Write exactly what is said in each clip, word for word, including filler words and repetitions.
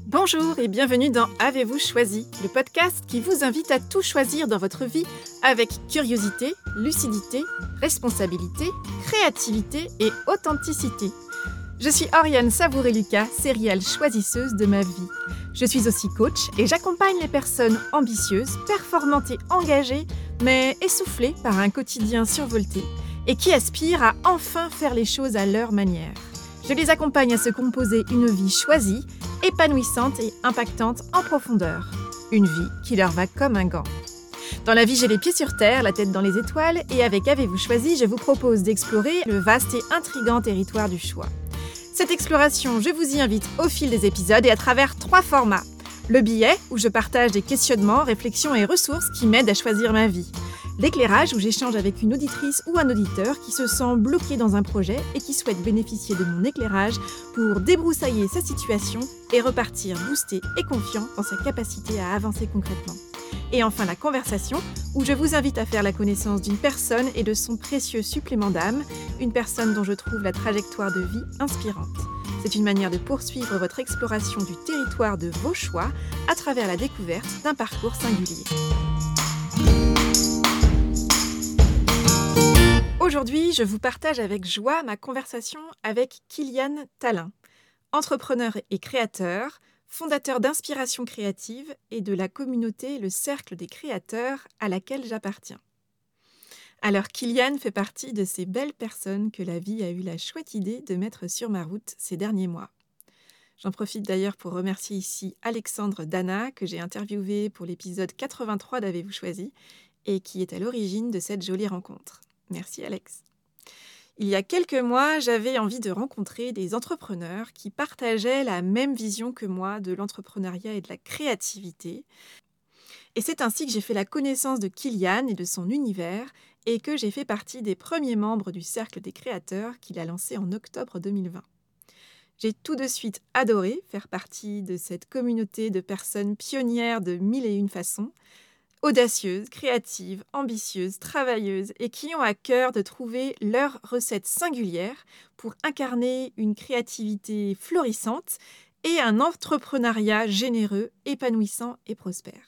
Bonjour et bienvenue dans Avez-vous choisi, le podcast qui vous invite à tout choisir dans votre vie avec curiosité, lucidité, responsabilité, créativité et authenticité. Je suis Oriane Savouré-Lucas, serial choisisseuse de ma vie. Je suis aussi coach et j'accompagne les personnes ambitieuses, performantes et engagées, mais essoufflées par un quotidien survolté et qui aspirent à enfin faire les choses à leur manière. Je les accompagne à se composer une vie choisie, épanouissante et impactante en profondeur. Une vie qui leur va comme un gant. Dans la vie, j'ai les pieds sur terre, la tête dans les étoiles, et avec Avez-vous choisi, je vous propose d'explorer le vaste et intrigant territoire du choix. Cette exploration, je vous y invite au fil des épisodes et à travers trois formats. Le billet, où je partage des questionnements, réflexions et ressources qui m'aident à choisir ma vie. L'éclairage, où j'échange avec une auditrice ou un auditeur qui se sent bloqué dans un projet et qui souhaite bénéficier de mon éclairage pour débroussailler sa situation et repartir boosté et confiant dans sa capacité à avancer concrètement. Et enfin la conversation, où je vous invite à faire la connaissance d'une personne et de son précieux supplément d'âme, une personne dont je trouve la trajectoire de vie inspirante. C'est une manière de poursuivre votre exploration du territoire de vos choix à travers la découverte d'un parcours singulier. Aujourd'hui, je vous partage avec joie ma conversation avec Kylian Tallin, entrepreneur et créateur, fondateur d'Inspiration Créative et de la communauté Le Cercle des Créateurs à laquelle j'appartiens. Alors Kylian fait partie de ces belles personnes que la vie a eu la chouette idée de mettre sur ma route ces derniers mois. J'en profite d'ailleurs pour remercier ici Alexandre Dana, que j'ai interviewé pour l'épisode quatre-vingt-trois d'Avez-vous choisi et qui est à l'origine de cette jolie rencontre. Merci Alex. Il y a quelques mois, j'avais envie de rencontrer des entrepreneurs qui partageaient la même vision que moi de l'entrepreneuriat et de la créativité. Et c'est ainsi que j'ai fait la connaissance de Kylian et de son univers et que j'ai fait partie des premiers membres du Cercle des Créateurs qu'il a lancé en octobre deux mille vingt. J'ai tout de suite adoré faire partie de cette communauté de personnes pionnières de mille et une façons, audacieuses, créatives, ambitieuses, travailleuses et qui ont à cœur de trouver leur recette singulière pour incarner une créativité florissante et un entrepreneuriat généreux, épanouissant et prospère.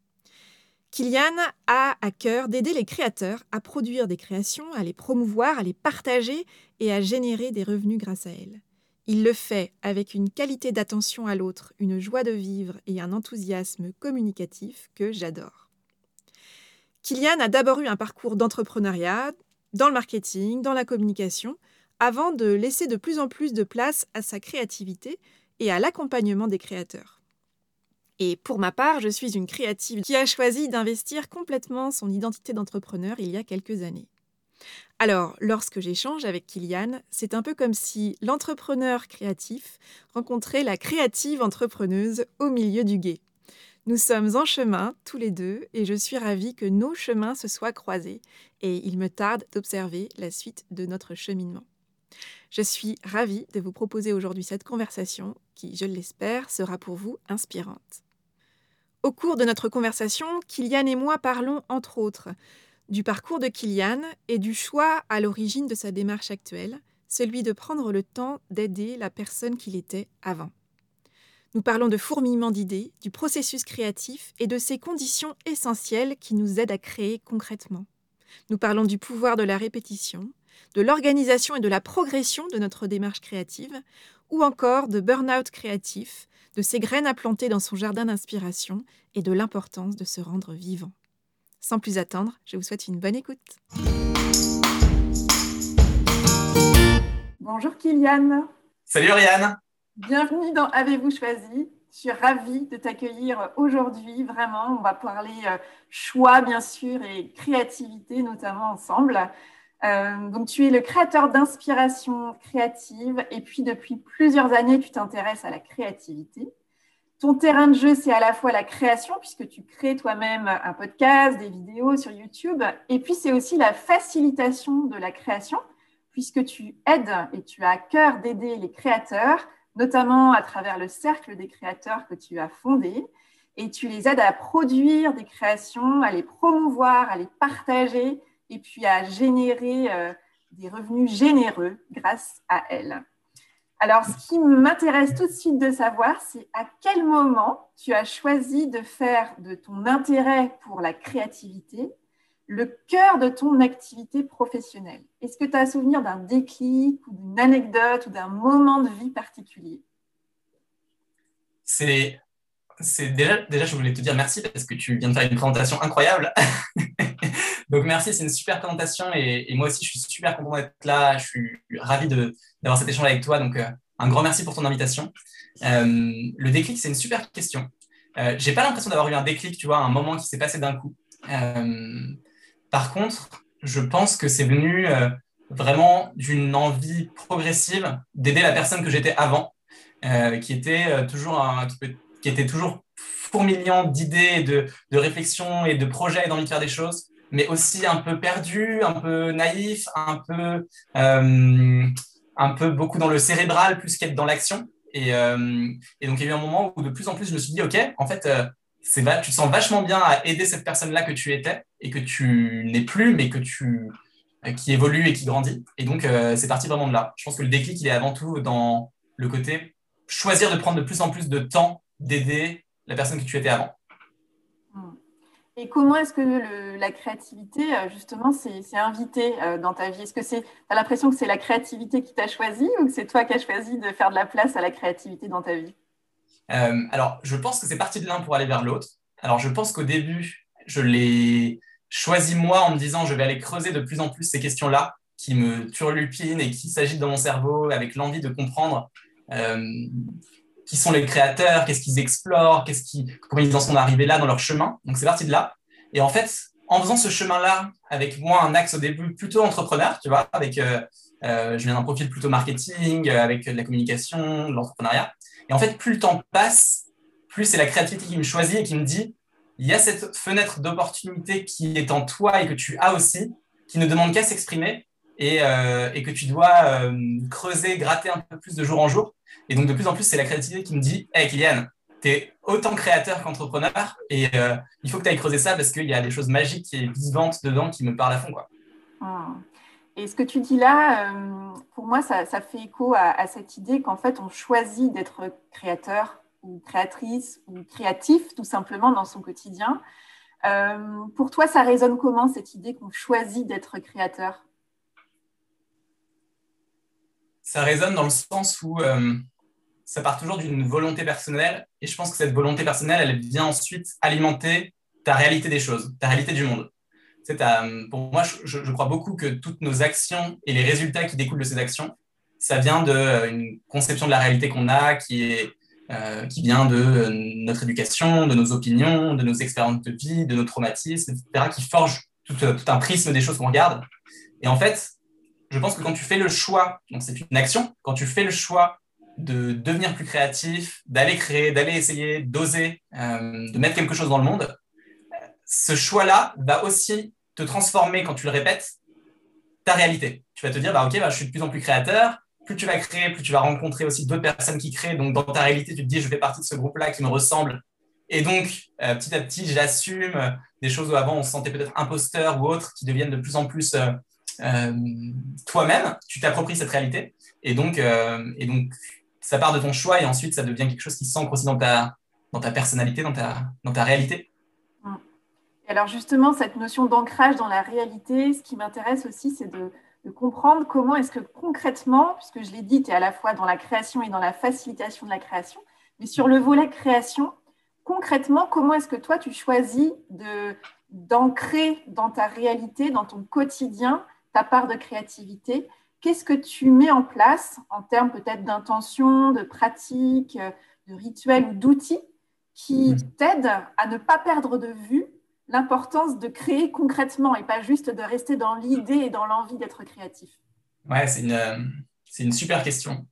Kylian a à cœur d'aider les créateurs à produire des créations, à les promouvoir, à les partager et à générer des revenus grâce à elles. Il le fait avec une qualité d'attention à l'autre, une joie de vivre et un enthousiasme communicatif que j'adore. Kylian a d'abord eu un parcours d'entrepreneuriat, dans le marketing, dans la communication, avant de laisser de plus en plus de place à sa créativité et à l'accompagnement des créateurs. Et pour ma part, je suis une créative qui a choisi d'investir complètement son identité d'entrepreneur il y a quelques années. Alors, lorsque j'échange avec Kylian, c'est un peu comme si l'entrepreneur créatif rencontrait la créative entrepreneuse au milieu du gué. Nous sommes en chemin, tous les deux, et je suis ravie que nos chemins se soient croisés, et il me tarde d'observer la suite de notre cheminement. Je suis ravie de vous proposer aujourd'hui cette conversation qui, je l'espère, sera pour vous inspirante. Au cours de notre conversation, Kylian et moi parlons, entre autres, du parcours de Kylian et du choix à l'origine de sa démarche actuelle, celui de prendre le temps d'aider la personne qu'il était avant. Nous parlons de fourmillement d'idées, du processus créatif et de ces conditions essentielles qui nous aident à créer concrètement. Nous parlons du pouvoir de la répétition, de l'organisation et de la progression de notre démarche créative, ou encore de burn-out créatif, de ces graines à planter dans son jardin d'inspiration et de l'importance de se rendre vivant. Sans plus attendre, je vous souhaite une bonne écoute. Bonjour Kylian. Salut Oriane. Bienvenue dans Avez-vous choisi. Je suis ravie de t'accueillir aujourd'hui. Vraiment, on va parler choix bien sûr et créativité notamment ensemble. Euh, donc tu es le créateur d'Inspiration Créative et puis depuis plusieurs années, tu t'intéresses à la créativité. Ton terrain de jeu, c'est à la fois la création, puisque tu crées toi-même un podcast, des vidéos sur YouTube, et puis c'est aussi la facilitation de la création, puisque tu aides et tu as à cœur d'aider les créateurs, notamment à travers le Cercle des Créateurs que tu as fondé, et tu les aides à produire des créations, à les promouvoir, à les partager, et puis à générer euh, des revenus généreux grâce à elles. Alors, ce qui m'intéresse tout de suite de savoir, c'est à quel moment tu as choisi de faire de ton intérêt pour la créativité le cœur de ton activité professionnelle. Est-ce que tu as souvenir d'un déclic ou d'une anecdote ou d'un moment de vie particulier? C'est, c'est déjà, déjà, je voulais te dire merci parce que tu viens de faire une présentation incroyable. Donc, merci, c'est une super présentation et, et moi aussi, je suis super content d'être là. Je suis ravi de, d'avoir cet échange avec toi. Donc, euh, un grand merci pour ton invitation. Euh, le déclic, c'est une super question. Euh, j'ai pas l'impression d'avoir eu un déclic, tu vois, un moment qui s'est passé d'un coup. Euh, par contre, je pense que c'est venu euh, vraiment d'une envie progressive d'aider la personne que j'étais avant, euh, qui était euh, toujours un, qui, peut- qui était toujours fourmillant d'idées, de, de réflexions et de projets et d'envie de faire des choses, mais aussi un peu perdu, un peu naïf, un peu, euh, un peu beaucoup dans le cérébral plus qu'être dans l'action. Et, euh, et donc, il y a eu un moment où de plus en plus, je me suis dit, OK, en fait, euh, c'est va- tu te sens vachement bien à aider cette personne-là que tu étais et que tu n'es plus, mais que tu, euh, qui évolue et qui grandit. Et donc, euh, c'est parti vraiment de là. Je pense que le déclic, il est avant tout dans le côté choisir de prendre de plus en plus de temps d'aider la personne que tu étais avant. Et comment est-ce que le- la créativité, euh, justement, s'est s'est invitée euh, dans ta vie? Est-ce que c'est, tu as l'impression que c'est la créativité qui t'a choisi ou que c'est toi qui as choisi de faire de la place à la créativité dans ta vie? Euh, alors, je pense que c'est parti de l'un pour aller vers l'autre. Alors, je pense qu'au début, je l'ai choisi moi en me disant je vais aller creuser de plus en plus ces questions-là qui me turlupinent et qui s'agitent dans mon cerveau avec l'envie de comprendre euh, qui sont les créateurs, qu'est-ce qu'ils explorent, qu'est-ce qui, comment ils en sont arrivés là dans leur chemin. Donc, c'est parti de là. Et en fait, en faisant ce chemin-là, avec moi un axe au début plutôt entrepreneur, tu vois, avec, euh, euh, je viens d'un profil plutôt marketing, euh, avec de la communication, de l'entrepreneuriat. Et en fait, plus le temps passe, plus c'est la créativité qui me choisit et qui me dit, il y a cette fenêtre d'opportunité qui est en toi et que tu as aussi, qui ne demande qu'à s'exprimer et, euh, et que tu dois euh, creuser, gratter un peu plus de jour en jour. Et donc, de plus en plus, c'est la créativité qui me dit, hey, Kylian, tu es autant créateur qu'entrepreneur et euh, il faut que tu ailles creuser ça parce qu'il y a des choses magiques et vivantes dedans qui me parlent à fond, quoi. Hmm. Et ce que tu dis là, euh, pour moi, ça, ça fait écho à, à cette idée qu'en fait, on choisit d'être créateur ou créatrice ou créatif, tout simplement, dans son quotidien. Euh, pour toi, ça résonne comment, cette idée qu'on choisit d'être créateur? Ça résonne dans le sens où euh, ça part toujours d'une volonté personnelle et je pense que cette volonté personnelle, elle vient ensuite alimenter ta réalité des choses, ta réalité du monde. C'est pour moi, je, je, crois beaucoup que toutes nos actions et les résultats qui découlent de ces actions, ça vient d'une conception de la réalité qu'on a qui, est, euh, qui vient de notre éducation, de nos opinions, de nos expériences de vie, de nos traumatismes, et cetera, qui forgent tout, tout un prisme des choses qu'on regarde. Et en fait, je pense que quand tu fais le choix, donc c'est une action, quand tu fais le choix de devenir plus créatif, d'aller créer, d'aller essayer, d'oser, euh, de mettre quelque chose dans le monde, ce choix-là va aussi te transformer, quand tu le répètes, ta réalité. Tu vas te dire, bah, ok, bah, je suis de plus en plus créateur. Plus tu vas créer, plus tu vas rencontrer aussi d'autres personnes qui créent. Donc, dans ta réalité, tu te dis, je fais partie de ce groupe-là qui me ressemble. Et donc, euh, petit à petit, j'assume euh, des choses où avant on se sentait peut-être imposteur ou autres qui deviennent de plus en plus euh, euh, toi-même. Tu t'appropries cette réalité. Et donc, euh, et donc, ça part de ton choix et ensuite, ça devient quelque chose qui s'ancre aussi dans ta, dans ta personnalité, dans ta, dans ta réalité. Hmm. Et alors justement, cette notion d'ancrage dans la réalité, ce qui m'intéresse aussi, c'est de, de comprendre comment est-ce que concrètement, puisque je l'ai dit, tu es à la fois dans la création et dans la facilitation de la création, mais sur le volet création, concrètement, comment est-ce que toi, tu choisis de, d'ancrer dans ta réalité, dans ton quotidien, ta part de créativité? Qu'est-ce que tu mets en place en termes peut-être d'intention, de pratique, de rituels ou d'outils qui t'aident à ne pas perdre de vue l'importance de créer concrètement et pas juste de rester dans l'idée et dans l'envie d'être créatif? Ouais, c'est une, euh, c'est une super question.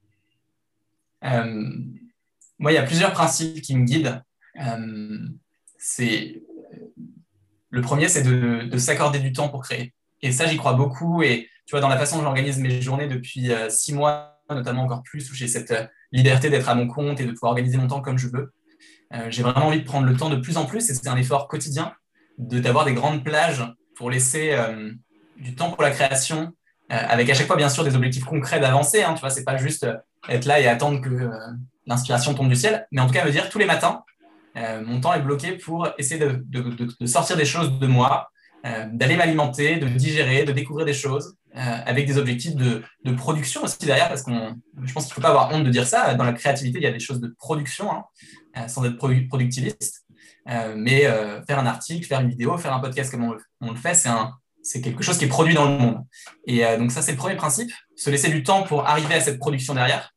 Euh, moi, il y a plusieurs principes qui me guident. Euh, c'est, le premier, c'est de, de s'accorder du temps pour créer. Et ça, j'y crois beaucoup. Et tu vois, dans la façon dont j'organise mes journées depuis euh, six mois, notamment encore plus, où j'ai cette euh, liberté d'être à mon compte et de pouvoir organiser mon temps comme je veux, euh, j'ai vraiment envie de prendre le temps de plus en plus. Et c'est un effort quotidien de, d'avoir des grandes plages pour laisser euh, du temps pour la création, avec à chaque fois, bien sûr, des objectifs concrets d'avancer. Hein, tu vois, c'est pas juste être là et attendre que euh, l'inspiration tombe du ciel, mais en tout cas me dire tous les matins, euh, mon temps est bloqué pour essayer de, de, de, de sortir des choses de moi, euh, d'aller m'alimenter, de digérer, de découvrir des choses, euh, avec des objectifs de, de production aussi derrière, parce que je pense qu'il ne faut pas avoir honte de dire ça. Dans la créativité, il y a des choses de production, hein, euh, sans être productiviste, euh, mais euh, faire un article, faire une vidéo, faire un podcast comme on le, on le fait, c'est un c'est quelque chose qui est produit dans le monde. Et euh, donc ça, c'est le premier principe, se laisser du temps pour arriver à cette production derrière.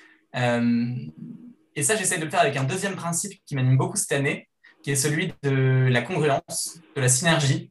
Euh, et ça, j'essaie de le faire avec un deuxième principe qui m'anime beaucoup cette année, qui est celui de la congruence, de la synergie,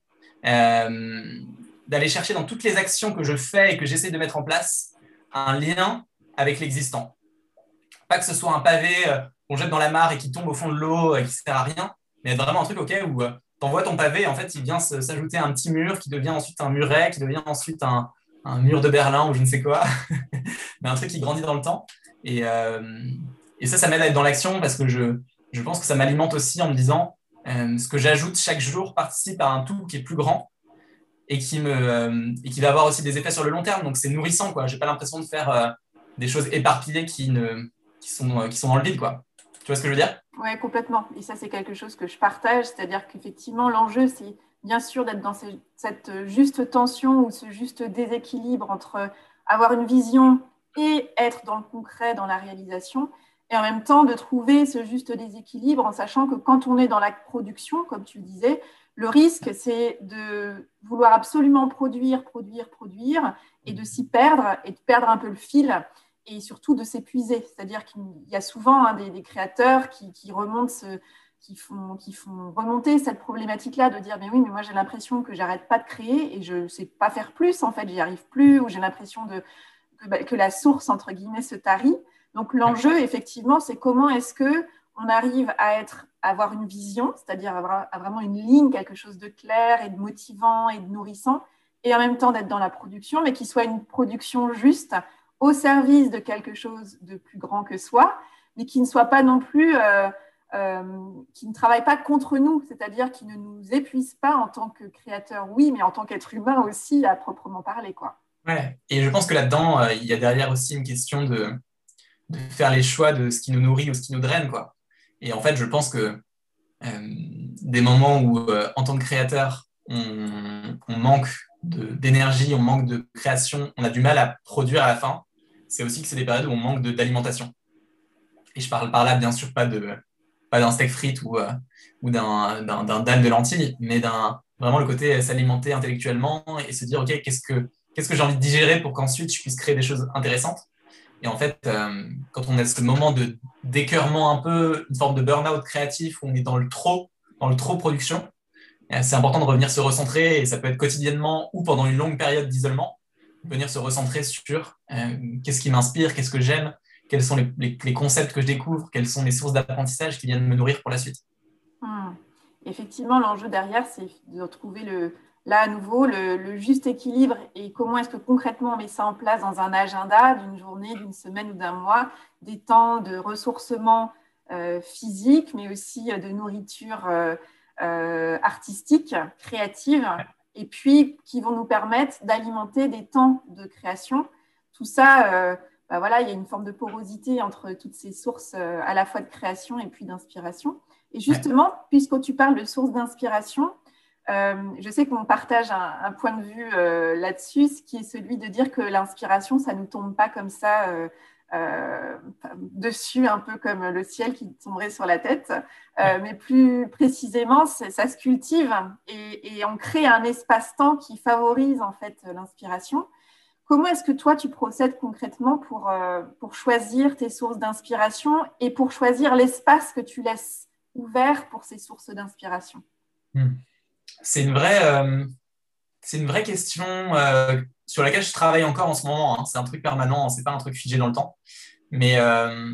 euh, d'aller chercher dans toutes les actions que je fais et que j'essaie de mettre en place un lien avec l'existant. Pas que ce soit un pavé euh, qu'on jette dans la mare et qui tombe au fond de l'eau et qui ne sert à rien, mais vraiment un truc okay, où euh, tu envoies ton pavé, en fait, il vient s'ajouter à un petit mur qui devient ensuite un muret, qui devient ensuite un, un mur de Berlin ou je ne sais quoi, mais un truc qui grandit dans le temps. Et, euh, et ça, ça m'aide à être dans l'action parce que je, je pense que ça m'alimente aussi en me disant euh, ce que j'ajoute chaque jour participe à un tout qui est plus grand et qui, me, euh, et qui va avoir aussi des effets sur le long terme. Donc, c'est nourrissant, quoi. Je n'ai pas l'impression de faire euh, des choses éparpillées qui, ne, qui, sont, euh, qui sont dans le vide, quoi. Tu vois ce que je veux dire ? Oui, complètement. Et ça, c'est quelque chose que je partage. C'est-à-dire qu'effectivement, l'enjeu, c'est bien sûr d'être dans ces, cette juste tension ou ce juste déséquilibre entre avoir une vision et être dans le concret, dans la réalisation. Et en même temps, de trouver ce juste déséquilibre en sachant que quand on est dans la production, comme tu le disais, le risque, c'est de vouloir absolument produire, produire, produire et de s'y perdre et de perdre un peu le fil. Et surtout de s'épuiser. C'est-à-dire qu'il y a souvent hein, des, des créateurs qui, qui, remontent ce, qui, font, qui font remonter cette problématique-là de dire « mais oui, mais moi j'ai l'impression que j'arrête pas de créer et je ne sais pas faire plus, en fait, j'y arrive plus, ou j'ai l'impression de, que, bah, que la source, entre guillemets, se tarit. » Donc l'enjeu, effectivement, c'est comment est-ce qu'on arrive à, être, à avoir une vision, c'est-à-dire avoir à vraiment une ligne, quelque chose de clair et de motivant et de nourrissant, et en même temps d'être dans la production, mais qui soit une production juste, au service de quelque chose de plus grand que soi, mais qui ne soit pas non plus, euh, euh, qui ne travaille pas contre nous, c'est-à-dire qui ne nous épuise pas en tant que créateur, oui, mais en tant qu'être humain aussi, à proprement parler, quoi. Ouais, et je pense que là-dedans, euh, il y a derrière aussi une question de, de faire les choix de ce qui nous nourrit ou ce qui nous draine, quoi. Et en fait, je pense que euh, des moments où, euh, en tant que créateur, on, on manque de, d'énergie, on manque de création, on a du mal à produire à la fin, c'est aussi que c'est des périodes où on manque de, d'alimentation. Et je parle par là, bien sûr, pas, de, pas d'un steak frites ou, euh, ou d'un, d'un, d'un dalle de lentilles, mais d'un, vraiment le côté s'alimenter intellectuellement et se dire, OK, qu'est-ce que, qu'est-ce que j'ai envie de digérer pour qu'ensuite je puisse créer des choses intéressantes. Et en fait, euh, quand on a ce moment de, d'écœurement un peu, une forme de burn-out créatif où on est dans le trop, dans le trop production, c'est important de revenir se recentrer, et ça peut être quotidiennement ou pendant une longue période d'isolement, venir se recentrer sur euh, qu'est-ce qui m'inspire, qu'est-ce que j'aime, quels sont les, les, les concepts que je découvre, quelles sont les sources d'apprentissage qui viennent me nourrir pour la suite. Hum. Effectivement, l'enjeu derrière, c'est de trouver le, là à nouveau le, le juste équilibre et comment est-ce que concrètement on met ça en place dans un agenda d'une journée, d'une semaine ou d'un mois, des temps de ressourcement euh, physique, mais aussi de nourriture euh, euh, artistique, créative, et puis qui vont nous permettre d'alimenter des temps de création. Tout ça, euh, bah voilà, il y a une forme de porosité entre toutes ces sources euh, à la fois de création et puis d'inspiration. Et justement, ouais. puisque tu parles de sources d'inspiration, euh, je sais qu'on partage un, un point de vue euh, là-dessus, ce qui est celui de dire que l'inspiration, ça ne nous tombe pas comme ça euh, euh, dessus, un peu comme le ciel qui tomberait sur la tête, euh, ouais. mais plus précisément, ça se cultive et, et on crée un espace-temps qui favorise en fait l'inspiration. Comment est-ce que toi, tu procèdes concrètement pour, euh, pour choisir tes sources d'inspiration et pour choisir l'espace que tu laisses ouvert pour ces sources d'inspiration? C'est une vraie, euh, c'est une vraie question euh, sur laquelle je travaille encore en ce moment. Hein. C'est un truc permanent, c'est pas un truc figé dans le temps. Mais euh,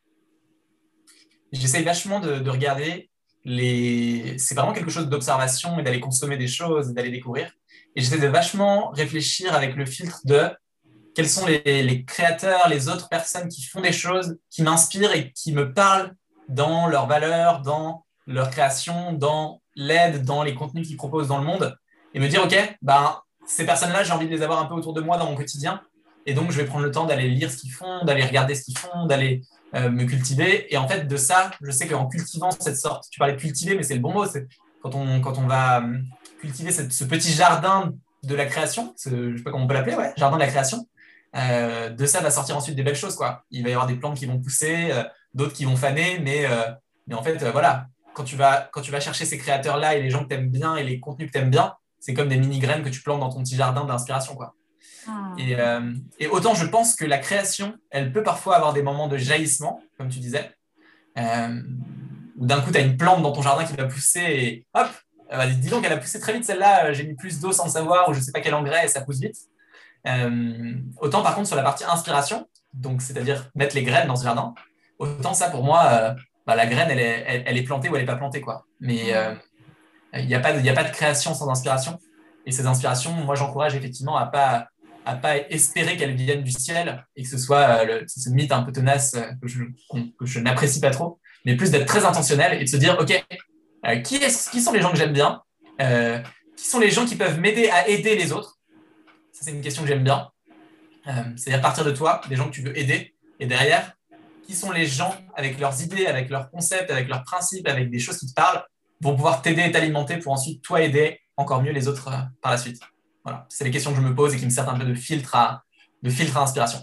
j'essaye vachement de, de regarder les... C'est vraiment quelque chose d'observation et d'aller consommer des choses et d'aller découvrir. Et j'essaie de vachement réfléchir avec le filtre de quels sont les, les créateurs, les autres personnes qui font des choses, qui m'inspirent et qui me parlent dans leurs valeurs, dans leur création, dans l'aide, dans les contenus qu'ils proposent dans le monde, et me dire, OK, ben, ces personnes-là, j'ai envie de les avoir un peu autour de moi dans mon quotidien. Et donc, je vais prendre le temps d'aller lire ce qu'ils font, d'aller regarder ce qu'ils font, d'aller euh, me cultiver. Et en fait, de ça, je sais qu'en cultivant cette sorte, tu parlais de cultiver, mais c'est le bon mot, c'est quand on, quand on va cultiver cette, ce petit jardin de la création, ce, je ne sais pas comment on peut l'appeler, ouais, jardin de la création, euh, de ça va sortir ensuite des belles choses, quoi. Il va y avoir des plantes qui vont pousser, euh, d'autres qui vont faner, mais, euh, mais en fait, euh, voilà, quand tu, vas, quand tu vas chercher ces créateurs-là et les gens que tu aimes bien et les contenus que tu aimes bien, c'est comme des mini-graines que tu plantes dans ton petit jardin d'inspiration, quoi. Mmh. Et, euh, et autant je pense que la création, elle peut parfois avoir des moments de jaillissement, comme tu disais, euh, où d'un coup, tu as une plante dans ton jardin qui va pousser et hop, euh, dis donc, elle a poussé très vite celle-là, j'ai mis plus d'eau sans le savoir, ou je ne sais pas quel engrais, et ça pousse vite. Euh, autant par contre, sur la partie inspiration, donc c'est-à-dire mettre les graines dans ce jardin, autant ça pour moi, euh, bah, la graine, elle est, elle, elle est plantée ou elle n'est pas plantée, quoi. Mais euh, il n'y a, a pas de création sans inspiration. Et ces inspirations, moi, j'encourage effectivement à ne pas, à pas espérer qu'elles viennent du ciel et que ce soit euh, le, ce mythe un peu tenace euh, que je, que je n'apprécie pas trop, mais plus d'être très intentionnel et de se dire, OK, euh, qui, est, qui sont les gens que j'aime bien euh, qui sont les gens qui peuvent m'aider à aider les autres. Ça, c'est une question que j'aime bien. Euh, c'est-à-dire partir de toi, des gens que tu veux aider, et derrière, qui sont les gens avec leurs idées, avec leurs concepts, avec leurs principes, avec des choses qui te parlent, vont pouvoir t'aider et t'alimenter pour ensuite, toi, aider encore mieux les autres euh, par la suite. Voilà. C'est les questions que je me pose et qui me servent un peu de filtre à, de filtre à inspiration.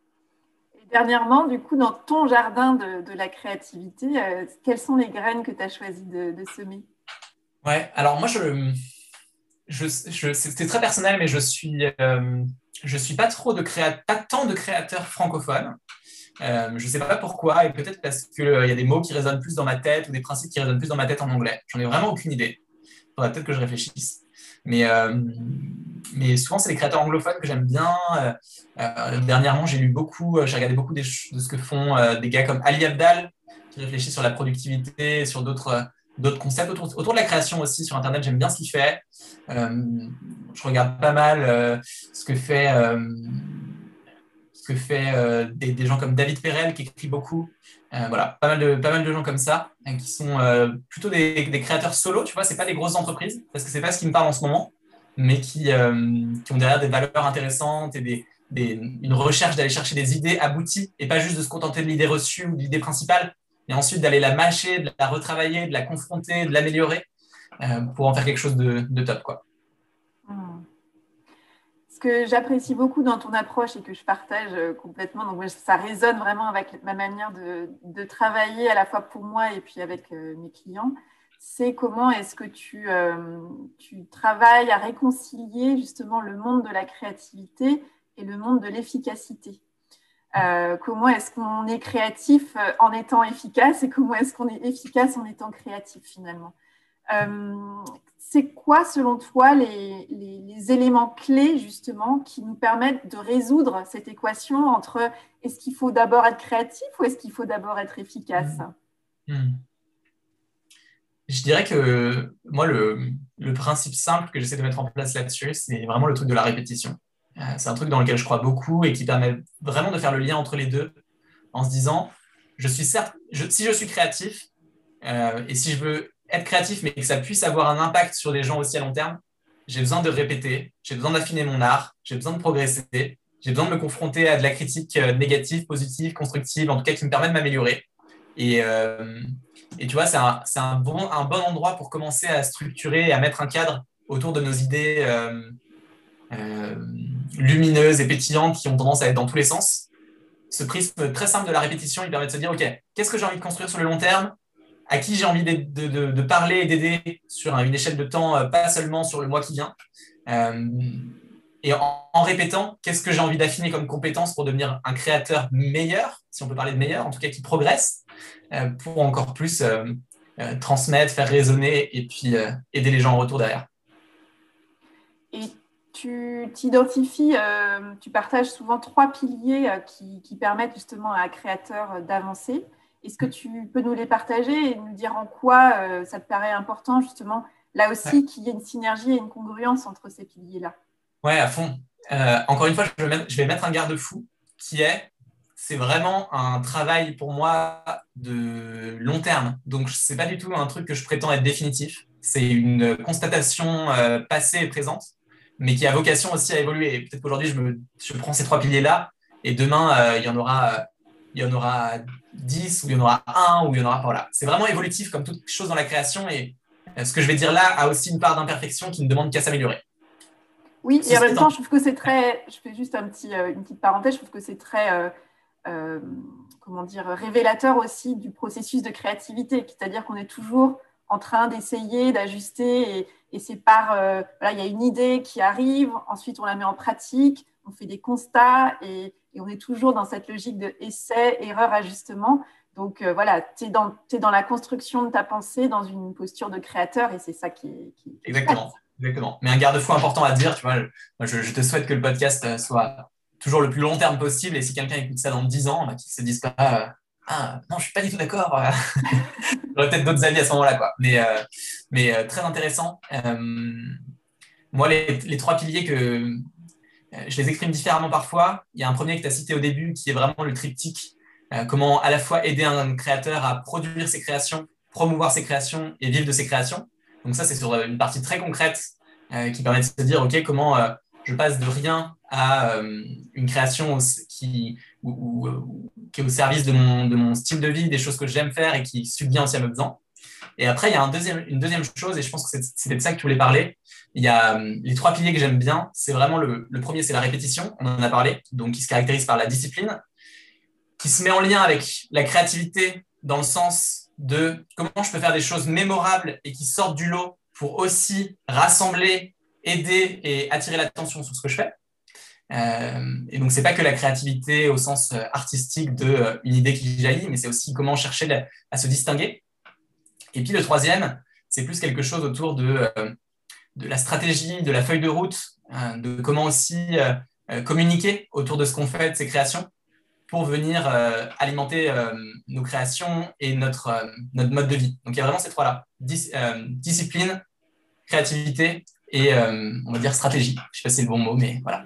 Et dernièrement, du coup, dans ton jardin de, de la créativité, euh, quelles sont les graines que tu as choisi de, de semer? Ouais, alors moi, je, je, je, c'est très personnel, mais je suis, euh, je suis pas trop de créa, pas tant de créateurs francophones. Euh, je ne sais pas pourquoi, et peut-être parce qu'il euh, y a des mots qui résonnent plus dans ma tête ou des principes qui résonnent plus dans ma tête en anglais. J'en ai vraiment aucune idée. Il faudrait peut-être que je réfléchisse. Mais, euh, mais souvent, c'est les créateurs anglophones que j'aime bien. Euh, euh, dernièrement, j'ai lu beaucoup, j'ai regardé beaucoup des, de ce que font euh, des gars comme Ali Abdaal, qui réfléchissent sur la productivité, sur d'autres euh, d'autres concepts autour, autour de la création aussi. Sur Internet, j'aime bien ce qu'il fait. Euh, je regarde pas mal euh, ce que fait... Euh, que fait euh, des, des gens comme David Perel qui écrit beaucoup. Euh, voilà, pas mal, de, pas mal de gens comme ça, hein, qui sont euh, plutôt des, des créateurs solo, tu vois, c'est pas des grosses entreprises, parce que c'est pas ce qui me parle en ce moment, mais qui, euh, qui ont derrière des valeurs intéressantes et des, des, une recherche d'aller chercher des idées abouties, et pas juste de se contenter de l'idée reçue ou de l'idée principale, mais ensuite d'aller la mâcher, de la retravailler, de la confronter, de l'améliorer, euh, pour en faire quelque chose de, de top, quoi. Ce que j'apprécie beaucoup dans ton approche et que je partage complètement, donc ça résonne vraiment avec ma manière de, de travailler à la fois pour moi et puis avec euh, mes clients, c'est comment est-ce que tu, euh, tu travailles à réconcilier justement le monde de la créativité et le monde de l'efficacité. Euh, comment est-ce qu'on est créatif en étant efficace et comment est-ce qu'on est efficace en étant créatif finalement. Euh, c'est quoi, selon toi, les, les, les éléments clés, justement, qui nous permettent de résoudre cette équation entre est-ce qu'il faut d'abord être créatif ou est-ce qu'il faut d'abord être efficace? mmh. Je dirais que moi, le, le principe simple que j'essaie de mettre en place là-dessus, c'est vraiment le truc de la répétition. Euh, c'est un truc dans lequel je crois beaucoup et qui permet vraiment de faire le lien entre les deux en se disant, je suis certes, je, si je suis créatif euh, et si je veux être créatif, mais que ça puisse avoir un impact sur les gens aussi à long terme, j'ai besoin de répéter, j'ai besoin d'affiner mon art, j'ai besoin de progresser, j'ai besoin de me confronter à de la critique négative, positive, constructive, en tout cas qui me permet de m'améliorer. Et, euh, et tu vois, c'est un, c'est un, bon, un bon endroit pour commencer à structurer et à mettre un cadre autour de nos idées euh, euh, lumineuses et pétillantes qui ont tendance à être dans tous les sens. Ce prisme très simple de la répétition, il permet de se dire, OK, qu'est-ce que j'ai envie de construire sur le long terme ? À qui j'ai envie de, de, de, de parler et d'aider sur une échelle de temps, pas seulement sur le mois qui vient. Euh, et en, en répétant, qu'est-ce que j'ai envie d'affiner comme compétence pour devenir un créateur meilleur, si on peut parler de meilleur, en tout cas qui progresse, euh, pour encore plus euh, euh, transmettre, faire résonner et puis euh, aider les gens en retour derrière. Et tu t'identifies, euh, tu partages souvent trois piliers euh, qui, qui permettent justement à un créateur d'avancer. Est-ce que tu peux nous les partager et nous dire en quoi euh, ça te paraît important, justement, là aussi, ouais, qu'il y ait une synergie et une congruence entre ces piliers-là? Ouais, à fond. Euh, encore une fois, je vais, mettre, je vais mettre un garde-fou qui est, c'est vraiment un travail pour moi de long terme. Donc, ce n'est pas du tout un truc que je prétends être définitif. C'est une constatation euh, passée et présente mais qui a vocation aussi à évoluer. Et peut-être qu'aujourd'hui, je, me, je prends ces trois piliers-là, et demain, euh, il y en aura, euh, il y en aura dix, ou il y en aura un, ou il y en aura pas. Voilà. C'est vraiment évolutif, comme toute chose dans la création, et euh, ce que je vais dire là a aussi une part d'imperfection qui ne demande qu'à s'améliorer. Oui, Si et en même c'est temps, un... je trouve que c'est très, je fais juste un petit, euh, une petite parenthèse, je trouve que c'est très, euh, euh, comment dire, révélateur aussi du processus de créativité, c'est-à-dire qu'on est toujours en train d'essayer, d'ajuster, et, et c'est par, euh, voilà, il y a une idée qui arrive, ensuite on la met en pratique, on fait des constats, et, et on est toujours dans cette logique de essai, erreur, ajustement. Donc euh, voilà, tu es dans, t'es dans la construction de ta pensée, dans une posture de créateur, et c'est ça qui est, qui, qui est Exactement. chouette. Exactement. Mais un garde-fou important à dire, tu vois, je, je, je te souhaite que le podcast soit toujours le plus long terme possible, et si quelqu'un écoute ça dans dix ans, bah, qu'il ne se dise pas euh, ah non, je suis pas du tout d'accord. J'aurais peut-être d'autres avis à ce moment-là, quoi. Mais, euh, mais euh, très intéressant. Euh, moi, les, les trois piliers que euh, je les exprime différemment parfois. Il y a un premier que tu as cité au début, qui est vraiment le triptyque. Euh, comment à la fois aider un créateur à produire ses créations, promouvoir ses créations et vivre de ses créations. Donc ça, c'est sur une partie très concrète euh, qui permet de se dire, OK, comment euh, je passe de rien à euh, une création qui, ou, ou, ou, qui est au service de mon, de mon style de vie, des choses que j'aime faire et qui subvient aussi à mes besoins. Et après, il y a un deuxième, une deuxième chose, et je pense que c'était de ça que tu voulais parler. Il y a euh, les trois piliers que j'aime bien. C'est vraiment le, le premier, c'est la répétition, on en a parlé, donc qui se caractérise par la discipline, qui se met en lien avec la créativité dans le sens de comment je peux faire des choses mémorables et qui sortent du lot pour aussi rassembler, aider et attirer l'attention sur ce que je fais. Euh, et donc, c'est pas que la créativité au sens artistique d'une euh, idée qui jaillit, mais c'est aussi comment chercher la, à se distinguer. Et puis le troisième, c'est plus quelque chose autour de, euh, de la stratégie, de la feuille de route, euh, de comment aussi euh, communiquer autour de ce qu'on fait, de ces créations, pour venir euh, alimenter euh, nos créations et notre, euh, notre mode de vie. Donc il y a vraiment ces trois-là, Dis, euh, discipline, créativité et euh, on va dire stratégie. Je ne sais pas si c'est le bon mot, mais voilà.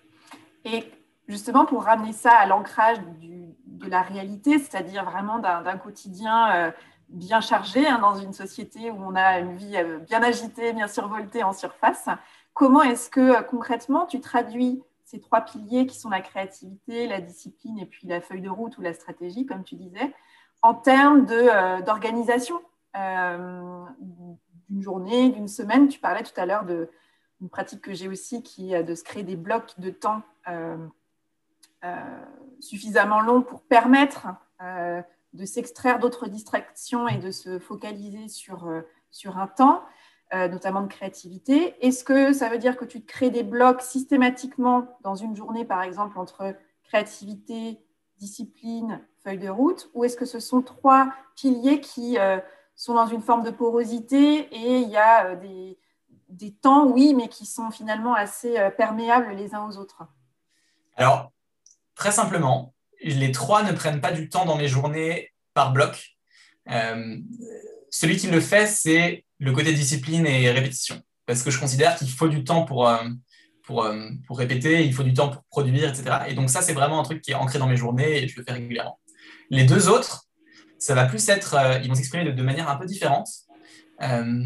Et justement, pour ramener ça à l'ancrage du, de la réalité, c'est-à-dire vraiment d'un, d'un quotidien euh, bien chargé, hein, dans une société où on a une vie euh, bien agitée, bien survoltée en surface, comment est-ce que euh, concrètement tu traduis ces trois piliers qui sont la créativité, la discipline et puis la feuille de route ou la stratégie, comme tu disais, en termes de, euh, d'organisation euh, d'une journée, d'une semaine? Tu parlais tout à l'heure de une pratique que j'ai aussi qui est de se créer des blocs de temps euh, euh, suffisamment longs pour permettre euh, de s'extraire d'autres distractions et de se focaliser sur, euh, sur un temps, euh, notamment de créativité. Est-ce que ça veut dire que tu te crées des blocs systématiquement dans une journée, par exemple, entre créativité, discipline, feuille de route, ou est-ce que ce sont trois piliers qui euh, sont dans une forme de porosité et il y a euh, des des temps, oui, mais qui sont finalement assez euh, perméables les uns aux autres? Alors, très simplement, les trois ne prennent pas du temps dans mes journées par bloc. Euh, celui qui le fait, c'est le côté discipline et répétition. Parce que je considère qu'il faut du temps pour, euh, pour, euh, pour répéter, il faut du temps pour produire, et cetera. Et donc ça, c'est vraiment un truc qui est ancré dans mes journées et je le fais régulièrement. Les deux autres, ça va plus être, euh, ils vont s'exprimer de, de manière un peu différente. Euh,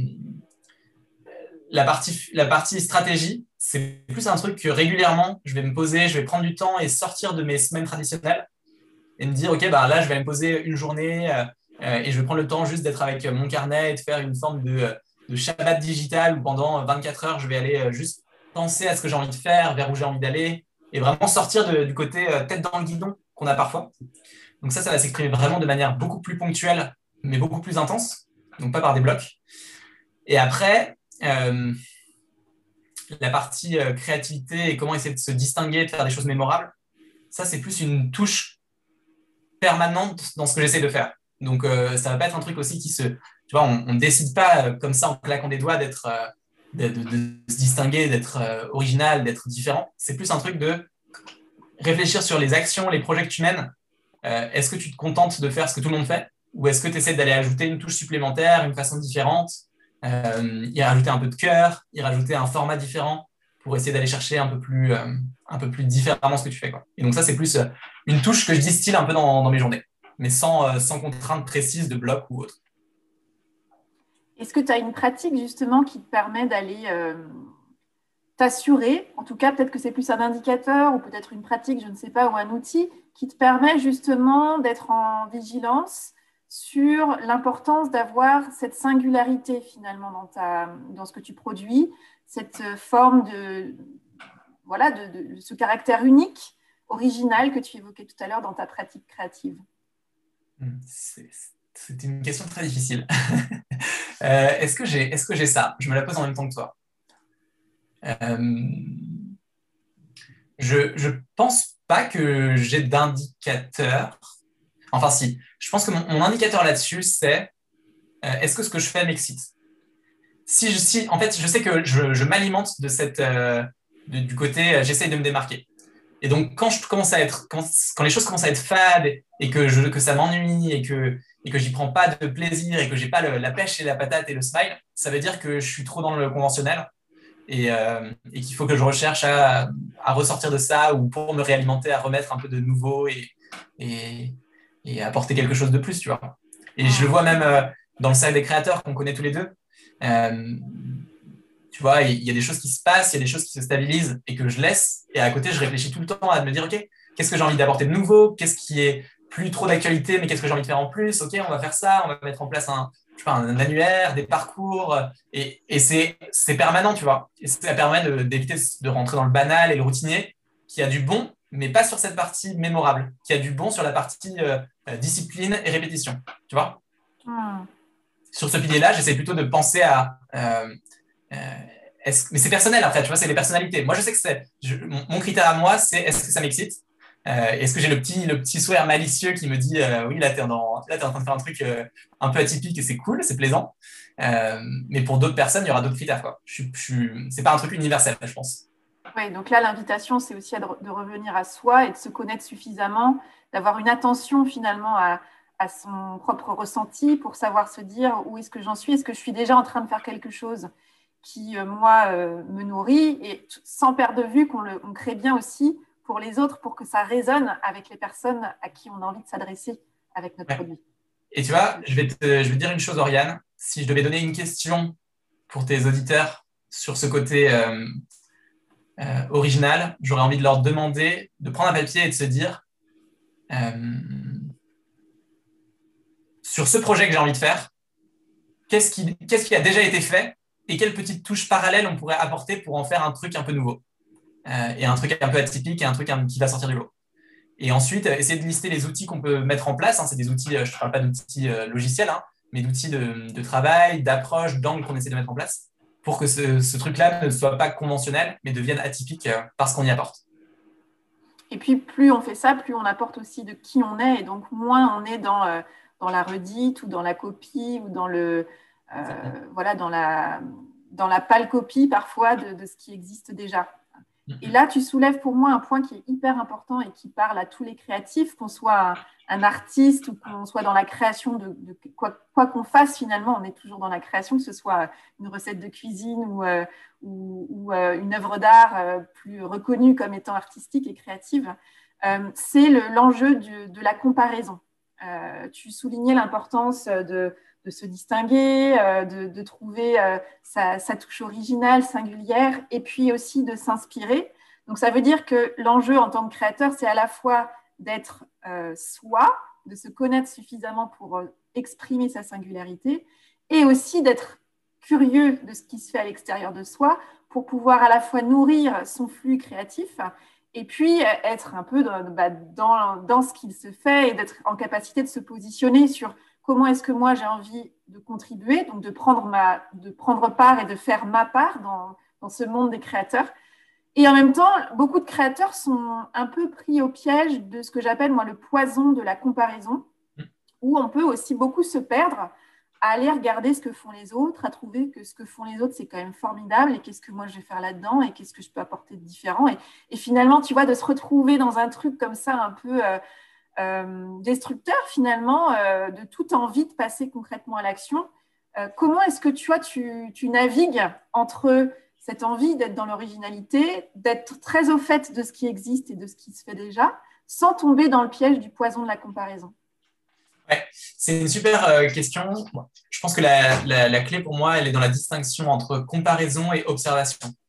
La partie, la partie stratégie, c'est plus un truc que régulièrement, je vais me poser, je vais prendre du temps et sortir de mes semaines traditionnelles et me dire, OK, bah là, je vais me poser une journée euh, et je vais prendre le temps juste d'être avec mon carnet et de faire une forme de, de Shabbat digital où pendant vingt-quatre heures, je vais aller juste penser à ce que j'ai envie de faire, vers où j'ai envie d'aller et vraiment sortir de, du côté euh, tête dans le guidon qu'on a parfois. Donc ça, ça va s'exprimer vraiment de manière beaucoup plus ponctuelle, mais beaucoup plus intense, donc pas par des blocs. Et après, euh, la partie euh, créativité et comment essayer de se distinguer, de faire des choses mémorables, ça, c'est plus une touche permanente dans ce que j'essaie de faire. Donc, euh, ça ne va pas être un truc aussi qui se... Tu vois, on ne décide pas euh, comme ça en claquant des doigts d'être, euh, de, de, de se distinguer, d'être euh, original, d'être différent. C'est plus un truc de réfléchir sur les actions, les projets que tu mènes. Euh, est-ce que tu te contentes de faire ce que tout le monde fait ou est-ce que tu essaies d'aller ajouter une touche supplémentaire, une façon différente, euh, y rajouter un peu de cœur, y rajouter un format différent pour essayer d'aller chercher un peu plus, euh, un peu plus différemment ce que tu fais, quoi. Et donc ça, c'est plus euh, une touche que je distille un peu dans, dans mes journées, mais sans, euh, sans contrainte précise de bloc ou autre. Est-ce que tu as une pratique justement qui te permet d'aller euh, t'assurer, en tout cas, peut-être que c'est plus un indicateur ou peut-être une pratique, je ne sais pas, ou un outil qui te permet justement d'être en vigilance sur l'importance d'avoir cette singularité finalement dans, ta, dans ce que tu produis, cette forme de, voilà, de, de ce caractère unique, original que tu évoquais tout à l'heure dans ta pratique créative. C'est, c'est une question très difficile. euh, est-ce que j'ai, est-ce que j'ai ça? Je me la pose en même temps que toi. Euh, je, je pense pas que j'ai d'indicateur. Enfin, si. Je pense que mon, mon indicateur là-dessus, c'est euh, est-ce que ce que je fais m'excite? Si je, si, en fait, je sais que je, je m'alimente de cette, euh, de, du côté euh, j'essaye de me démarquer. Et donc, quand, je commence à être, quand, quand les choses commencent à être fades et que, je, que ça m'ennuie et que, et que j'y prends pas de plaisir et que j'ai pas le, la pêche et la patate et le smile, ça veut dire que je suis trop dans le conventionnel et, euh, et qu'il faut que je recherche à, à ressortir de ça ou pour me réalimenter, à remettre un peu de nouveau et, et, et apporter quelque chose de plus, tu vois. Et je le vois même euh, dans le cercle des créateurs qu'on connaît tous les deux. Euh, tu vois, il y a des choses qui se passent, il y a des choses qui se stabilisent et que je laisse. Et à côté, je réfléchis tout le temps à me dire, OK, qu'est-ce que j'ai envie d'apporter de nouveau? Qu'est-ce qui est plus trop d'actualité, mais qu'est-ce que j'ai envie de faire en plus? OK, on va faire ça, on va mettre en place un, je sais pas, un annuaire, des parcours. Et, et c'est, c'est permanent, tu vois. Et ça permet de, d'éviter de rentrer dans le banal et le routinier, qui a du bon, mais pas sur cette partie mémorable, qui a du bon sur la partie euh, discipline et répétition, tu vois. Hmm. Sur ce pilier-là, j'essaie plutôt de penser à... Euh, Euh, est-ce, mais c'est personnel après, tu vois, c'est les personnalités. Moi, je sais que c'est je, mon, mon critère à moi, c'est est-ce que ça m'excite? euh, Est-ce que j'ai le petit, le petit sourire malicieux qui me dit euh, oui, là, tu es en train de faire un truc euh, un peu atypique et c'est cool, c'est plaisant. Euh, mais pour d'autres personnes, il y aura d'autres critères, quoi. Je, je, c'est pas un truc universel, je pense. Oui, donc là, l'invitation, c'est aussi de revenir à soi et de se connaître suffisamment, d'avoir une attention finalement à, à son propre ressenti pour savoir se dire où est-ce que j'en suis, est-ce que je suis déjà en train de faire quelque chose qui, euh, moi, euh, me nourrit, et sans perdre de vue qu'on le, on crée bien aussi pour les autres, pour que ça résonne avec les personnes à qui on a envie de s'adresser avec notre ouais. produit. Et tu vois, je vais, te, je vais te dire une chose, Oriane. Si je devais donner une question pour tes auditeurs sur ce côté euh, euh, original, j'aurais envie de leur demander de prendre un papier et de se dire euh, sur ce projet que j'ai envie de faire, qu'est-ce qui, qu'est-ce qui a déjà été fait et quelles petites touches parallèles on pourrait apporter pour en faire un truc un peu nouveau euh, et un truc un peu atypique et un truc un, qui va sortir du lot. Et ensuite, essayer de lister les outils qu'on peut mettre en place. Hein, c'est des outils, je ne parle pas d'outils euh, logiciels, hein, mais d'outils de, de travail, d'approche, d'angle qu'on essaie de mettre en place pour que ce, ce truc-là ne soit pas conventionnel, mais devienne atypique euh, parce qu'on y apporte. Et puis, plus on fait ça, plus on apporte aussi de qui on est. Et donc, moins on est dans, euh, dans la redite ou dans la copie ou dans le... Euh, voilà, dans la, dans la pâle copie parfois de, de ce qui existe déjà. Et là, tu soulèves pour moi un point qui est hyper important et qui parle à tous les créatifs, qu'on soit un, un artiste ou qu'on soit dans la création de, de quoi, quoi qu'on fasse, finalement, on est toujours dans la création, que ce soit une recette de cuisine ou, euh, ou, ou euh, une œuvre d'art euh, plus reconnue comme étant artistique et créative. Euh, c'est le, l'enjeu de, de la comparaison. Euh, tu soulignais l'importance de de se distinguer, euh, de, de trouver euh, sa, sa touche originale, singulière, et puis aussi de s'inspirer. Donc, ça veut dire que l'enjeu en tant que créateur, c'est à la fois d'être euh, soi, de se connaître suffisamment pour euh, exprimer sa singularité, et aussi d'être curieux de ce qui se fait à l'extérieur de soi pour pouvoir à la fois nourrir son flux créatif et puis être un peu dans, bah, dans, dans ce qu'il se fait et d'être en capacité de se positionner sur comment est-ce que moi j'ai envie de contribuer, donc de prendre, ma, de prendre part et de faire ma part dans, dans ce monde des créateurs. Et en même temps, beaucoup de créateurs sont un peu pris au piège de ce que j'appelle moi le poison de la comparaison, où on peut aussi beaucoup se perdre à aller regarder ce que font les autres, à trouver que ce que font les autres, c'est quand même formidable, et qu'est-ce que moi je vais faire là-dedans, et qu'est-ce que je peux apporter de différent. Et, et finalement, tu vois, de se retrouver dans un truc comme ça, un peu... Euh, Euh, destructeur finalement euh, de toute envie de passer concrètement à l'action. Euh, comment est-ce que tu, vois, tu, tu navigues entre cette envie d'être dans l'originalité, d'être très au fait de ce qui existe et de ce qui se fait déjà, sans tomber dans le piège du poison de la comparaison? Ouais, c'est une super euh, question. Je pense que la, la, la clé pour moi, elle est dans la distinction entre comparaison et observation.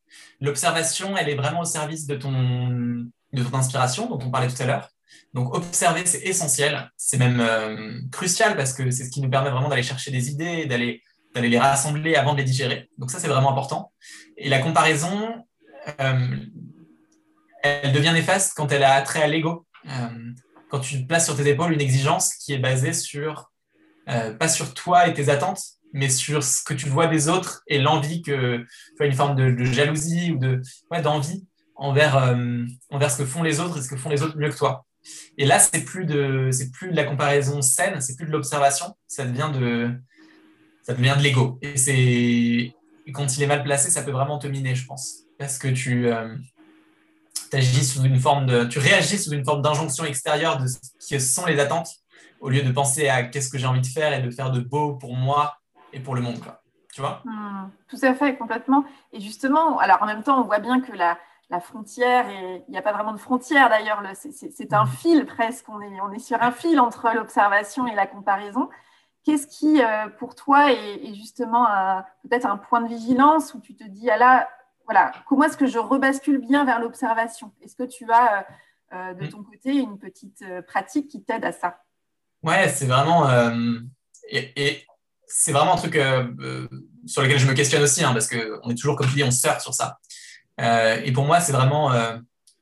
l'observation, elle est vraiment au service de ton, de ton inspiration, dont on parlait tout à l'heure. Donc, observer, c'est essentiel, c'est même euh, crucial parce que c'est ce qui nous permet vraiment d'aller chercher des idées, d'aller, d'aller les rassembler avant de les digérer. Donc, ça, c'est vraiment important. Et la comparaison, euh, elle devient néfaste quand elle a trait à l'ego. Euh, quand tu places sur tes épaules une exigence qui est basée sur, euh, pas sur toi et tes attentes, mais sur ce que tu vois des autres et l'envie que, tu vois, une forme de, de jalousie ou de, ouais, d'envie envers, euh, envers ce que font les autres et ce que font les autres mieux que toi. Et là, c'est plus de, c'est plus de la comparaison saine, c'est plus de l'observation, ça devient de, ça devient de l'ego. Et c'est, quand il est mal placé, ça peut vraiment te miner, je pense, parce que tu, euh, agis sous une forme de, tu réagis sous une forme d'injonction extérieure de ce qui sont les attentes, au lieu de penser à qu'est-ce que j'ai envie de faire et de faire de beau pour moi et pour le monde, quoi. Tu vois? Hmm, tout à fait, complètement. Et justement, alors en même temps, on voit bien que la, la frontière, et il n'y a pas vraiment de frontière d'ailleurs, le- c'est c'est- c'est un fil presque, on est, on est sur un fil entre l'observation et la comparaison. Qu'est-ce qui, euh, pour toi, est, est justement un- peut-être un point de vigilance où tu te dis, ah là, voilà, comment est-ce que je rebascule bien vers l'observation? Est-ce que tu as, euh, euh, de ton côté, une petite euh, pratique qui t'aide à ça? Ouais, c'est vraiment, euh, et, et c'est vraiment un truc euh, euh, sur lequel je me questionne aussi, hein, parce qu'on est toujours, comme tu dis, on surfe sur ça. Euh, et pour moi, c'est vraiment euh,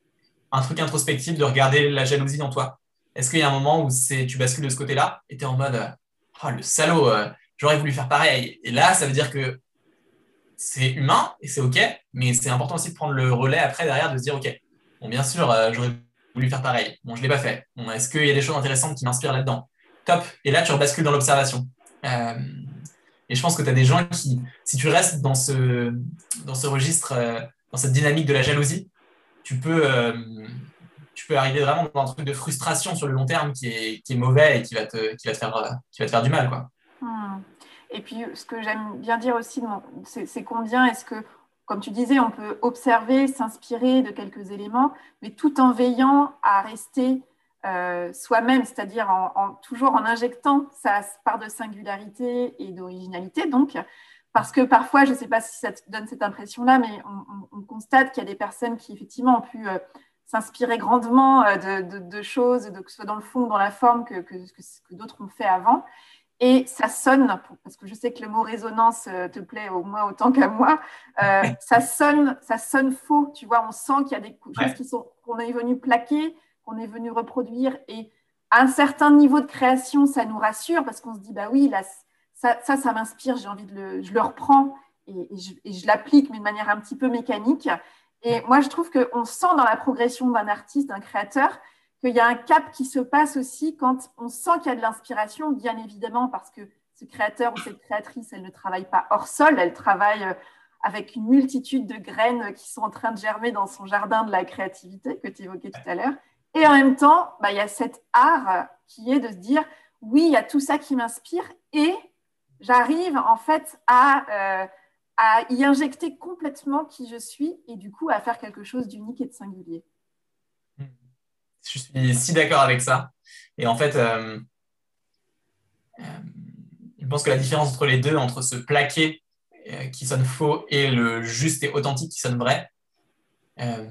un truc introspectif de regarder la jalousie en toi. Est-ce qu'il y a un moment où c'est, tu bascules de ce côté-là et tu es en mode, euh, oh, le salaud, euh, j'aurais voulu faire pareil. Et là, ça veut dire que c'est humain et c'est OK, mais c'est important aussi de prendre le relais après, derrière, de se dire, OK, bon, bien sûr, euh, j'aurais voulu faire pareil. Bon, je ne l'ai pas fait. Bon, est-ce qu'il y a des choses intéressantes qui m'inspirent là-dedans? Top. Et là, tu rebascules dans l'observation. Euh, et je pense que tu as des gens qui, si tu restes dans ce, dans ce registre, euh, dans cette dynamique de la jalousie, tu peux, euh, tu peux arriver vraiment dans un truc de frustration sur le long terme qui est, qui est mauvais et qui va te, qui va te faire, euh, qui va te faire du mal, quoi. Hmm. Et puis, ce que j'aime bien dire aussi, c'est c'est combien est-ce que, comme tu disais, on peut observer, s'inspirer de quelques éléments, mais tout en veillant à rester euh, soi-même, c'est-à-dire en, en- toujours en injectant sa part de singularité et d'originalité. Donc, parce que parfois, je ne sais pas si ça te donne cette impression-là, mais on, on- on constate qu'il y a des personnes qui, effectivement, ont pu euh, s'inspirer grandement euh, de, de- de choses, de, que ce soit dans le fond ou dans la forme, que, que, que que d'autres ont fait avant. Et ça sonne, parce que je sais que le mot résonance euh, te plaît au moins autant qu'à moi, euh, ça sonne, ça sonne faux. Tu vois, on sent qu'il y a des choses Ouais. qui sont, qu'on est venu plaquer, qu'on est venu reproduire. Et à un certain niveau de création, ça nous rassure parce qu'on se dit, bah oui, là, ça, ça, ça m'inspire, j'ai envie de le, je le reprends et, et je, et je l'applique, mais de manière un petit peu mécanique. Et moi, je trouve qu'on sent dans la progression d'un artiste, d'un créateur, qu'il y a un cap qui se passe aussi quand on sent qu'il y a de l'inspiration, bien évidemment, parce que ce créateur ou cette créatrice, elle ne travaille pas hors sol, elle travaille avec une multitude de graines qui sont en train de germer dans son jardin de la créativité que tu évoquais tout à l'heure. Et en même temps, bah, il y a cet art qui est de se dire, oui, il y a tout ça qui m'inspire et j'arrive en fait à, euh, à y injecter complètement qui je suis et du coup à faire quelque chose d'unique et de singulier. Je suis si d'accord avec ça. Et en fait, euh, euh, je pense que la différence entre les deux, entre ce plaqué euh, qui sonne faux et le juste et authentique qui sonne vrai, euh,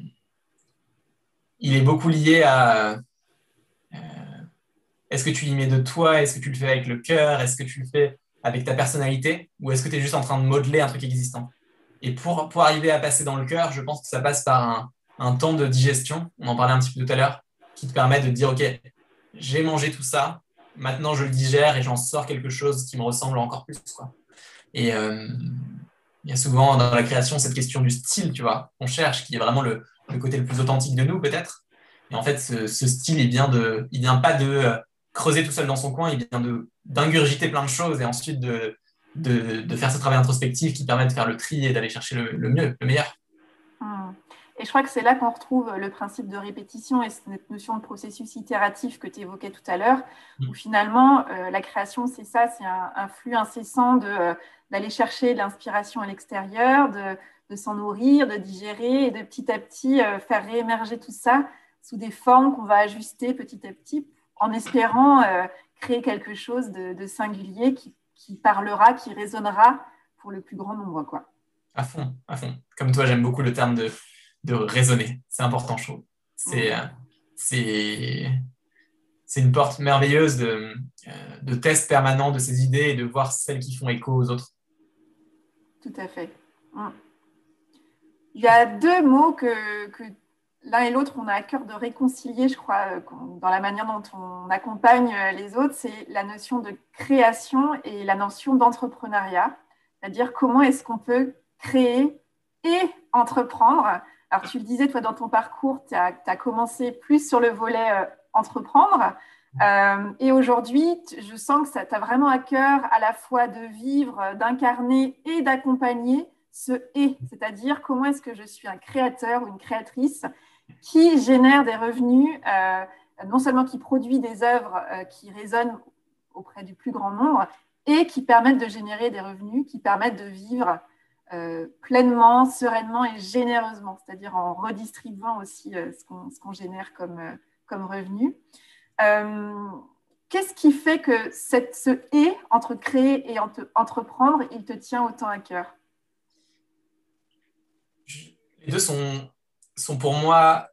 il est beaucoup lié à euh, est-ce que tu y mets de toi, est-ce que tu le fais avec le cœur, est-ce que tu le fais avec ta personnalité, ou est-ce que tu es juste en train de modeler un truc existant. Et pour, pour arriver à passer dans le cœur, je pense que ça passe par un, un temps de digestion, on en parlait un petit peu tout à l'heure, qui te permet de dire, OK, j'ai mangé tout ça, maintenant je le digère et j'en sors quelque chose qui me ressemble encore plus, quoi. Et euh, il y a souvent dans la création cette question du style, tu vois, qu'on cherche, qui est vraiment le, le côté le plus authentique de nous, peut-être. Et en fait, ce, ce style, il vient de, il vient pas de euh, creuser tout seul dans son coin, il vient de d'ingurgiter plein de choses et ensuite de, de, de faire ce travail introspectif qui permet de faire le tri et d'aller chercher le, le mieux, le meilleur. Hmm. Et je crois que c'est là qu'on retrouve le principe de répétition et cette notion de processus itératif que tu évoquais tout à l'heure, où finalement, euh, la création, c'est ça, c'est un, un flux incessant de, euh, d'aller chercher de l'inspiration à l'extérieur, de, de s'en nourrir, de digérer et de petit à petit euh, faire réémerger tout ça sous des formes qu'on va ajuster petit à petit en espérant euh, créer quelque chose de, de singulier qui, qui parlera, qui résonnera pour le plus grand nombre, quoi. À fond, à fond. Comme toi, j'aime beaucoup le terme de, de raisonner. C'est important, je trouve. C'est, Mm. euh, c'est, c'est une porte merveilleuse de, euh, de test permanent de ces idées et de voir celles qui font écho aux autres. Tout à fait. Mm. Il y a deux mots que, que l'un et l'autre, on a à cœur de réconcilier, je crois, dans la manière dont on accompagne les autres. C'est la notion de création et la notion d'entrepreneuriat. C'est-à-dire comment est-ce qu'on peut créer et entreprendre. Alors, tu le disais, toi, dans ton parcours, tu as, tu as commencé plus sur le volet euh, entreprendre. Euh, et aujourd'hui, je sens que tu as vraiment à cœur à la fois de vivre, d'incarner et d'accompagner ce et, c'est-à-dire comment est-ce que je suis un créateur ou une créatrice qui génère des revenus, euh, non seulement qui produit des œuvres euh, qui résonnent auprès du plus grand nombre et qui permettent de générer des revenus, qui permettent de vivre euh, pleinement, sereinement et généreusement, c'est-à-dire en redistribuant aussi euh, ce qu'on, ce qu'on génère comme, euh, comme revenu. Euh, qu'est-ce qui fait que cette, ce « et » entre créer et entre, entreprendre, il te tient autant à cœur? Les deux sont, sont pour moi